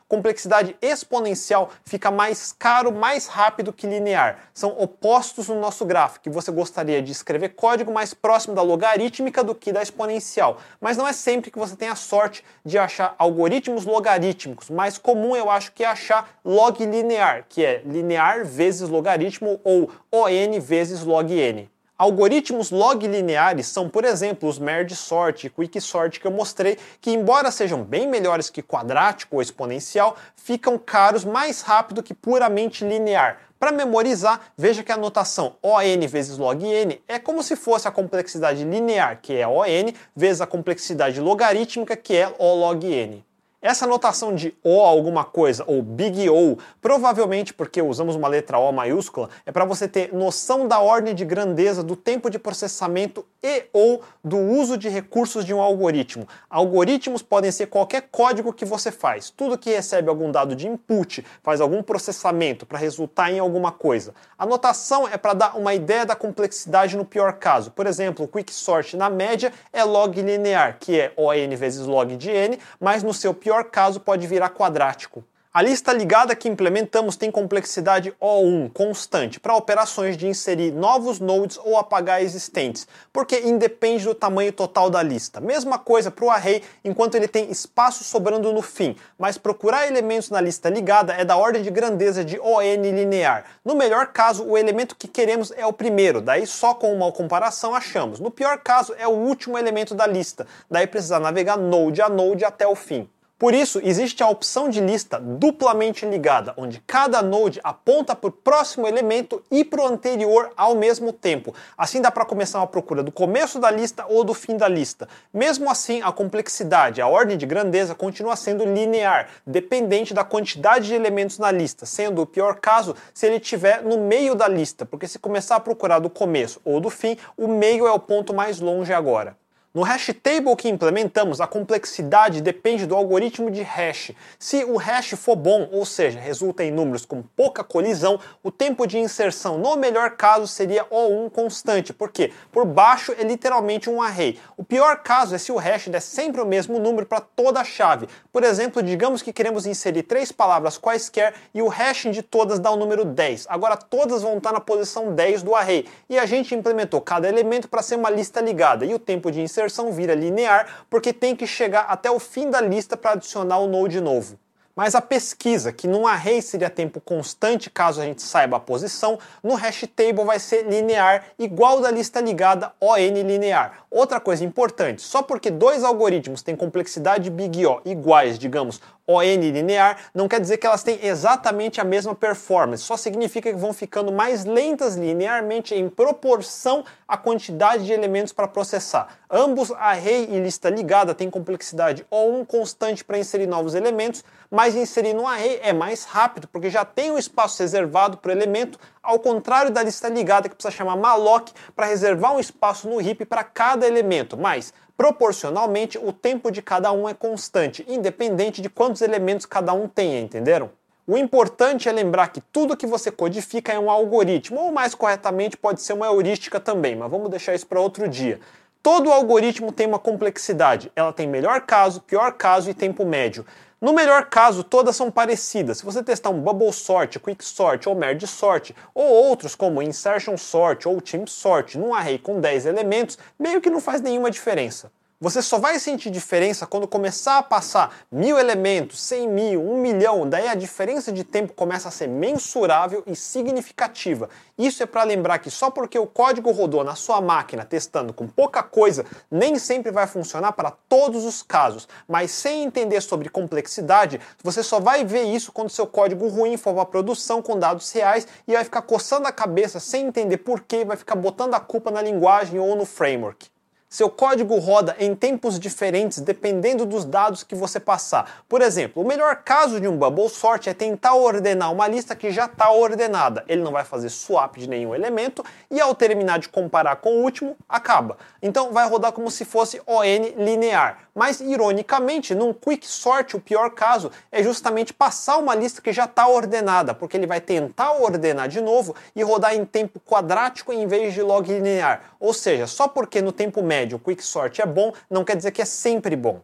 Complexidade exponencial fica mais caro, mais rápido que linear. São opostos no nosso gráfico, que você gostaria de escrever código mais próximo da logarítmica do que da exponencial. Mas não é sempre que você tem a sorte de achar algoritmos logarítmicos. Mais comum eu acho que é achar log linear, que é linear vezes logaritmo ou ON vezes log n. Algoritmos log lineares são, por exemplo, os merge sort e quick sort que eu mostrei, que embora sejam bem melhores que quadrático ou exponencial, ficam caros mais rápido que puramente linear. Para memorizar, veja que a notação ON vezes log n é como se fosse a complexidade linear, que é ON, vezes a complexidade logarítmica, que é O log n. Essa notação de O alguma coisa, ou Big O, provavelmente porque usamos uma letra O maiúscula, é para você ter noção da ordem de grandeza do tempo de processamento e ou do uso de recursos de um algoritmo. Algoritmos podem ser qualquer código que você faz. Tudo que recebe algum dado de input, faz algum processamento para resultar em alguma coisa. A notação é para dar uma ideia da complexidade no pior caso. Por exemplo, o quicksort na média é log linear, que é ON vezes log de n, mas no seu pior caso pode virar quadrático. A lista ligada que implementamos tem complexidade O1 constante para operações de inserir novos nodes ou apagar existentes, porque independe do tamanho total da lista. Mesma coisa para o array enquanto ele tem espaço sobrando no fim, mas procurar elementos na lista ligada é da ordem de grandeza de ON linear. No melhor caso, o elemento que queremos é o primeiro, daí só com uma comparação achamos. No pior caso, é o último elemento da lista, daí precisa navegar node a node até o fim. Por isso, existe a opção de lista duplamente ligada, onde cada node aponta para o próximo elemento e para o anterior ao mesmo tempo. Assim dá para começar uma procura do começo da lista ou do fim da lista. Mesmo assim, a complexidade, a ordem de grandeza continua sendo linear, dependente da quantidade de elementos na lista, sendo o pior caso se ele estiver no meio da lista, porque se começar a procurar do começo ou do fim, o meio é o ponto mais longe agora. No hash table que implementamos, a complexidade depende do algoritmo de hash. Se o hash for bom, ou seja, resulta em números com pouca colisão, o tempo de inserção no melhor caso seria O1 constante, porque por baixo é literalmente um array. O pior caso é se o hash der sempre o mesmo número para toda a chave. Por exemplo, digamos que queremos inserir 3 palavras quaisquer e o hash de todas dá o número 10. Agora todas vão estar na posição 10 do array. E a gente implementou cada elemento para ser uma lista ligada e o tempo de inserção vira linear porque tem que chegar até o fim da lista para adicionar o node novo. Mas a pesquisa, que num array seria tempo constante caso a gente saiba a posição, no hash table vai ser linear, igual da lista ligada ON linear. Outra coisa importante, só porque dois algoritmos têm complexidade Big O iguais, digamos, ON linear, não quer dizer que elas têm exatamente a mesma performance, só significa que vão ficando mais lentas linearmente em proporção à quantidade de elementos para processar. Ambos, array e lista ligada, têm complexidade O1 constante para inserir novos elementos, mas inserir no array é mais rápido, porque já tem um espaço reservado para o elemento, ao contrário da lista ligada que precisa chamar malloc para reservar um espaço no heap para cada elemento, mas proporcionalmente o tempo de cada um é constante, independente de quantos elementos cada um tenha, entenderam? O importante é lembrar que tudo que você codifica é um algoritmo, ou mais corretamente pode ser uma heurística também, mas vamos deixar isso para outro dia. Todo algoritmo tem uma complexidade, ela tem melhor caso, pior caso e tempo médio. No melhor caso, todas são parecidas. Se você testar um bubble sort, quick sort ou merge sort, ou outros como insertion sort ou team sort num array com 10 elementos, meio que não faz nenhuma diferença. Você só vai sentir diferença quando começar a passar 1000 elementos, 100 mil, 1 milhão, daí a diferença de tempo começa a ser mensurável e significativa. Isso é para lembrar que só porque o código rodou na sua máquina testando com pouca coisa, nem sempre vai funcionar para todos os casos. Mas sem entender sobre complexidade, você só vai ver isso quando seu código ruim for para produção com dados reais e vai ficar coçando a cabeça sem entender por quê, vai ficar botando a culpa na linguagem ou no framework. Seu código roda em tempos diferentes dependendo dos dados que você passar. Por exemplo, o melhor caso de um bubble sort é tentar ordenar uma lista que já está ordenada. Ele não vai fazer swap de nenhum elemento e ao terminar de comparar com o último, acaba. Então vai rodar como se fosse ON linear. Mas, ironicamente, num quick sort, o pior caso é justamente passar uma lista que já está ordenada, porque ele vai tentar ordenar de novo e rodar em tempo quadrático em vez de log linear. Ou seja, só porque no tempo médio o quicksort é bom, não quer dizer que é sempre bom.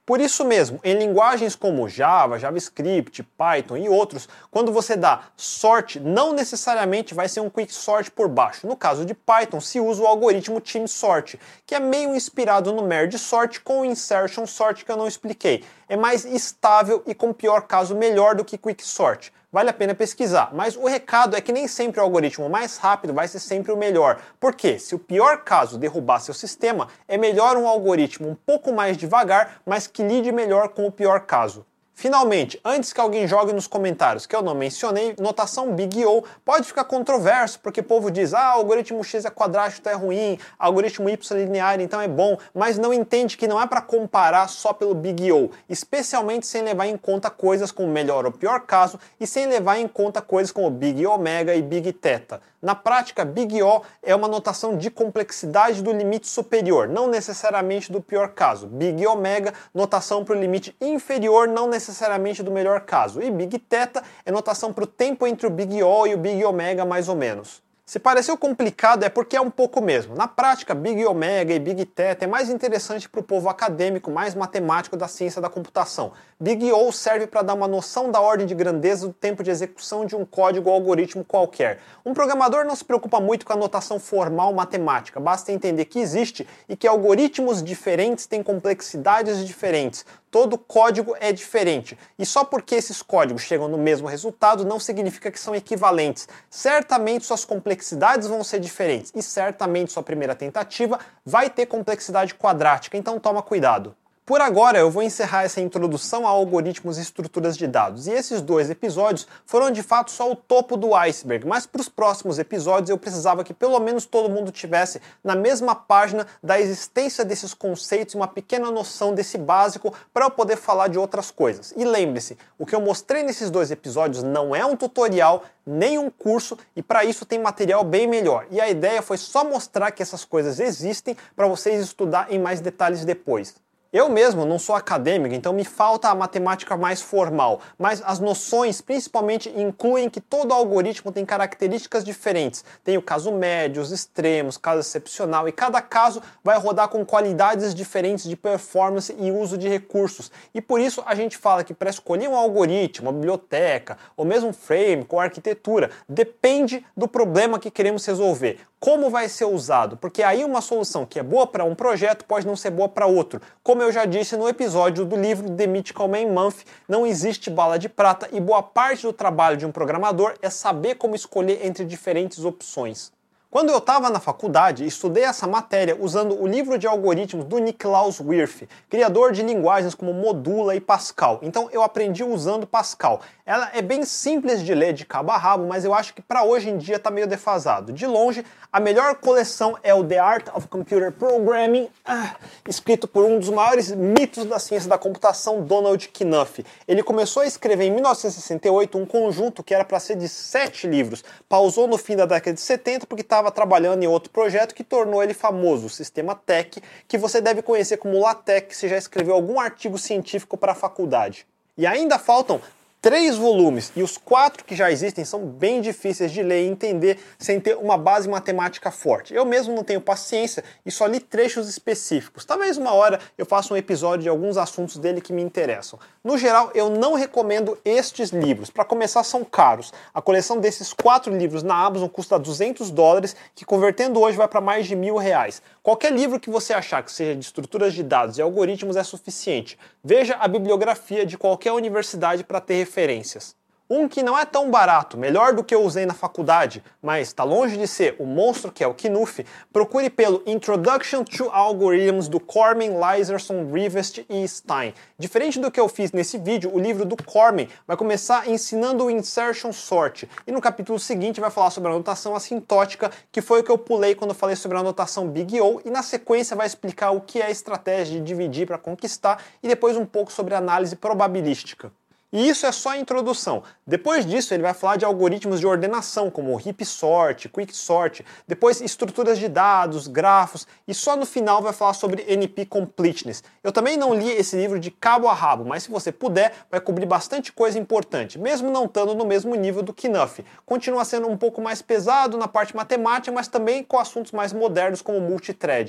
Por isso mesmo, em linguagens como Java, JavaScript, Python e outros, quando você dá sort, não necessariamente vai ser um quicksort por baixo. No caso de Python, se usa o algoritmo team sort, que é meio inspirado no merge sort com o insertion sort que eu não expliquei. É mais estável e, com pior caso, melhor do que quicksort. Vale a pena pesquisar, mas o recado é que nem sempre o algoritmo mais rápido vai ser sempre o melhor. Porque se o pior caso derrubar seu sistema, é melhor um algoritmo um pouco mais devagar, mas que lide melhor com o pior caso. Finalmente, antes que alguém jogue nos comentários que eu não mencionei, notação Big O pode ficar controverso, porque o povo diz, algoritmo X é quadrático, então é ruim, algoritmo Y é linear, então é bom, mas não entende que não é para comparar só pelo Big O, especialmente sem levar em conta coisas como melhor ou pior caso, e sem levar em conta coisas como Big Omega e Big Theta. Na prática, Big O é uma notação de complexidade do limite superior, não necessariamente do pior caso. Big Omega, notação para o limite inferior, não necessariamente do melhor caso. E Big Theta é notação para o tempo entre o Big O e o Big Omega, mais ou menos. Se pareceu complicado é porque é um pouco mesmo. Na prática, Big Omega e Big Theta é mais interessante para o povo acadêmico, mais matemático da ciência da computação. Big O serve para dar uma noção da ordem de grandeza do tempo de execução de um código ou algoritmo qualquer. Um programador não se preocupa muito com a notação formal matemática, basta entender que existe e que algoritmos diferentes têm complexidades diferentes. Todo código é diferente, e só porque esses códigos chegam no mesmo resultado não significa que são equivalentes. Certamente suas complexidades vão ser diferentes, e certamente sua primeira tentativa vai ter complexidade quadrática, então toma cuidado. Por agora, eu vou encerrar essa introdução a algoritmos e estruturas de dados, e esses 2 episódios foram de fato só o topo do iceberg, mas para os próximos episódios eu precisava que pelo menos todo mundo tivesse na mesma página da existência desses conceitos e uma pequena noção desse básico para eu poder falar de outras coisas. E lembre-se, o que eu mostrei nesses 2 episódios não é um tutorial, nem um curso, e para isso tem material bem melhor. E a ideia foi só mostrar que essas coisas existem para vocês estudar em mais detalhes depois. Eu mesmo não sou acadêmico, então me falta a matemática mais formal, mas as noções principalmente incluem que todo algoritmo tem características diferentes. Tem o caso médio, os extremos, caso excepcional, e cada caso vai rodar com qualidades diferentes de performance e uso de recursos. E por isso a gente fala que para escolher um algoritmo, uma biblioteca, ou mesmo um framework ou arquitetura, depende do problema que queremos resolver. Como vai ser usado? Porque aí uma solução que é boa para um projeto pode não ser boa para outro. Como eu já disse no episódio do livro The Mythical Man Month, não existe bala de prata e boa parte do trabalho de um programador é saber como escolher entre diferentes opções. Quando eu estava na faculdade, estudei essa matéria usando o livro de algoritmos do Niklaus Wirth, criador de linguagens como Modula e Pascal. Então eu aprendi usando Pascal. Ela é bem simples de ler de cabo a rabo, mas eu acho que para hoje em dia está meio defasado. De longe, a melhor coleção é o The Art of Computer Programming, escrito por um dos maiores mitos da ciência da computação, Donald Knuth. Ele começou a escrever em 1968 um conjunto que era para ser de 7 livros. Pausou no fim da década de 70 porque estava trabalhando em outro projeto que tornou ele famoso, o sistema TeX, que você deve conhecer como LaTeX se já escreveu algum artigo científico para a faculdade. E ainda faltam 3 volumes, e os 4 que já existem são bem difíceis de ler e entender sem ter uma base matemática forte. Eu mesmo não tenho paciência e só li trechos específicos. Talvez uma hora eu faça um episódio de alguns assuntos dele que me interessam. No geral, eu não recomendo estes livros. Para começar, são caros. A coleção desses 4 livros na Amazon custa $200, que convertendo hoje vai para mais de R$1.000. Qualquer livro que você achar que seja de estruturas de dados e algoritmos é suficiente. Veja a bibliografia de qualquer universidade para ter referências. Um que não é tão barato, melhor do que eu usei na faculdade, mas está longe de ser o monstro que é o Knuth, procure pelo Introduction to Algorithms do Cormen, Lizerson, Rivest e Stein. Diferente do que eu fiz nesse vídeo, o livro do Cormen vai começar ensinando o Insertion Sort, e no capítulo seguinte vai falar sobre a notação assintótica, que foi o que eu pulei quando eu falei sobre a notação Big O, e na sequência vai explicar o que é a estratégia de dividir para conquistar, e depois um pouco sobre análise probabilística. E isso é só a introdução. Depois disso ele vai falar de algoritmos de ordenação, como heap sort, quick sort, depois estruturas de dados, grafos, e só no final vai falar sobre NP completeness. Eu também não li esse livro de cabo a rabo, mas se você puder, vai cobrir bastante coisa importante, mesmo não estando no mesmo nível do Knuth. Continua sendo um pouco mais pesado na parte matemática, mas também com assuntos mais modernos como multithreading.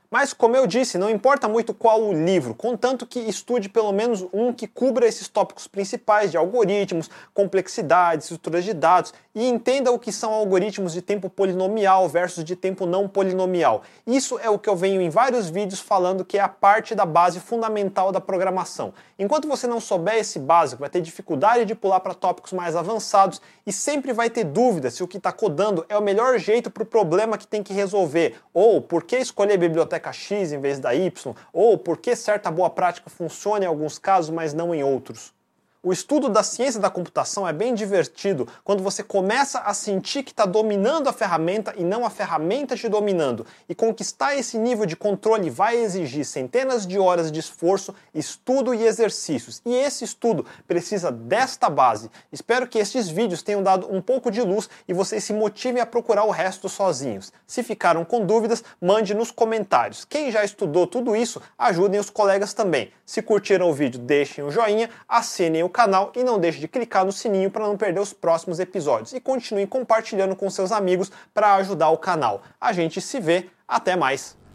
Mas, como eu disse, não importa muito qual o livro, contanto que estude pelo menos um que cubra esses tópicos principais de algoritmos, complexidade, estruturas de dados e entenda o que são algoritmos de tempo polinomial versus de tempo não polinomial. Isso é o que eu venho em vários vídeos falando que é a parte da base fundamental da programação. Enquanto você não souber esse básico, vai ter dificuldade de pular para tópicos mais avançados e sempre vai ter dúvida se o que está codando é o melhor jeito para o problema que tem que resolver, ou por que escolher biblioteca X em vez da Y, ou por que certa boa prática funciona em alguns casos, mas não em outros. O estudo da ciência da computação é bem divertido quando você começa a sentir que está dominando a ferramenta e não a ferramenta te dominando. E conquistar esse nível de controle vai exigir centenas de horas de esforço, estudo e exercícios. E esse estudo precisa desta base. Espero que estes vídeos tenham dado um pouco de luz e vocês se motivem a procurar o resto sozinhos. Se ficaram com dúvidas, mande nos comentários. Quem já estudou tudo isso, ajudem os colegas também. Se curtiram o vídeo, deixem um joinha, assinem o canal e não deixe de clicar no sininho para não perder os próximos episódios. E continue compartilhando com seus amigos para ajudar o canal. A gente se vê, até mais!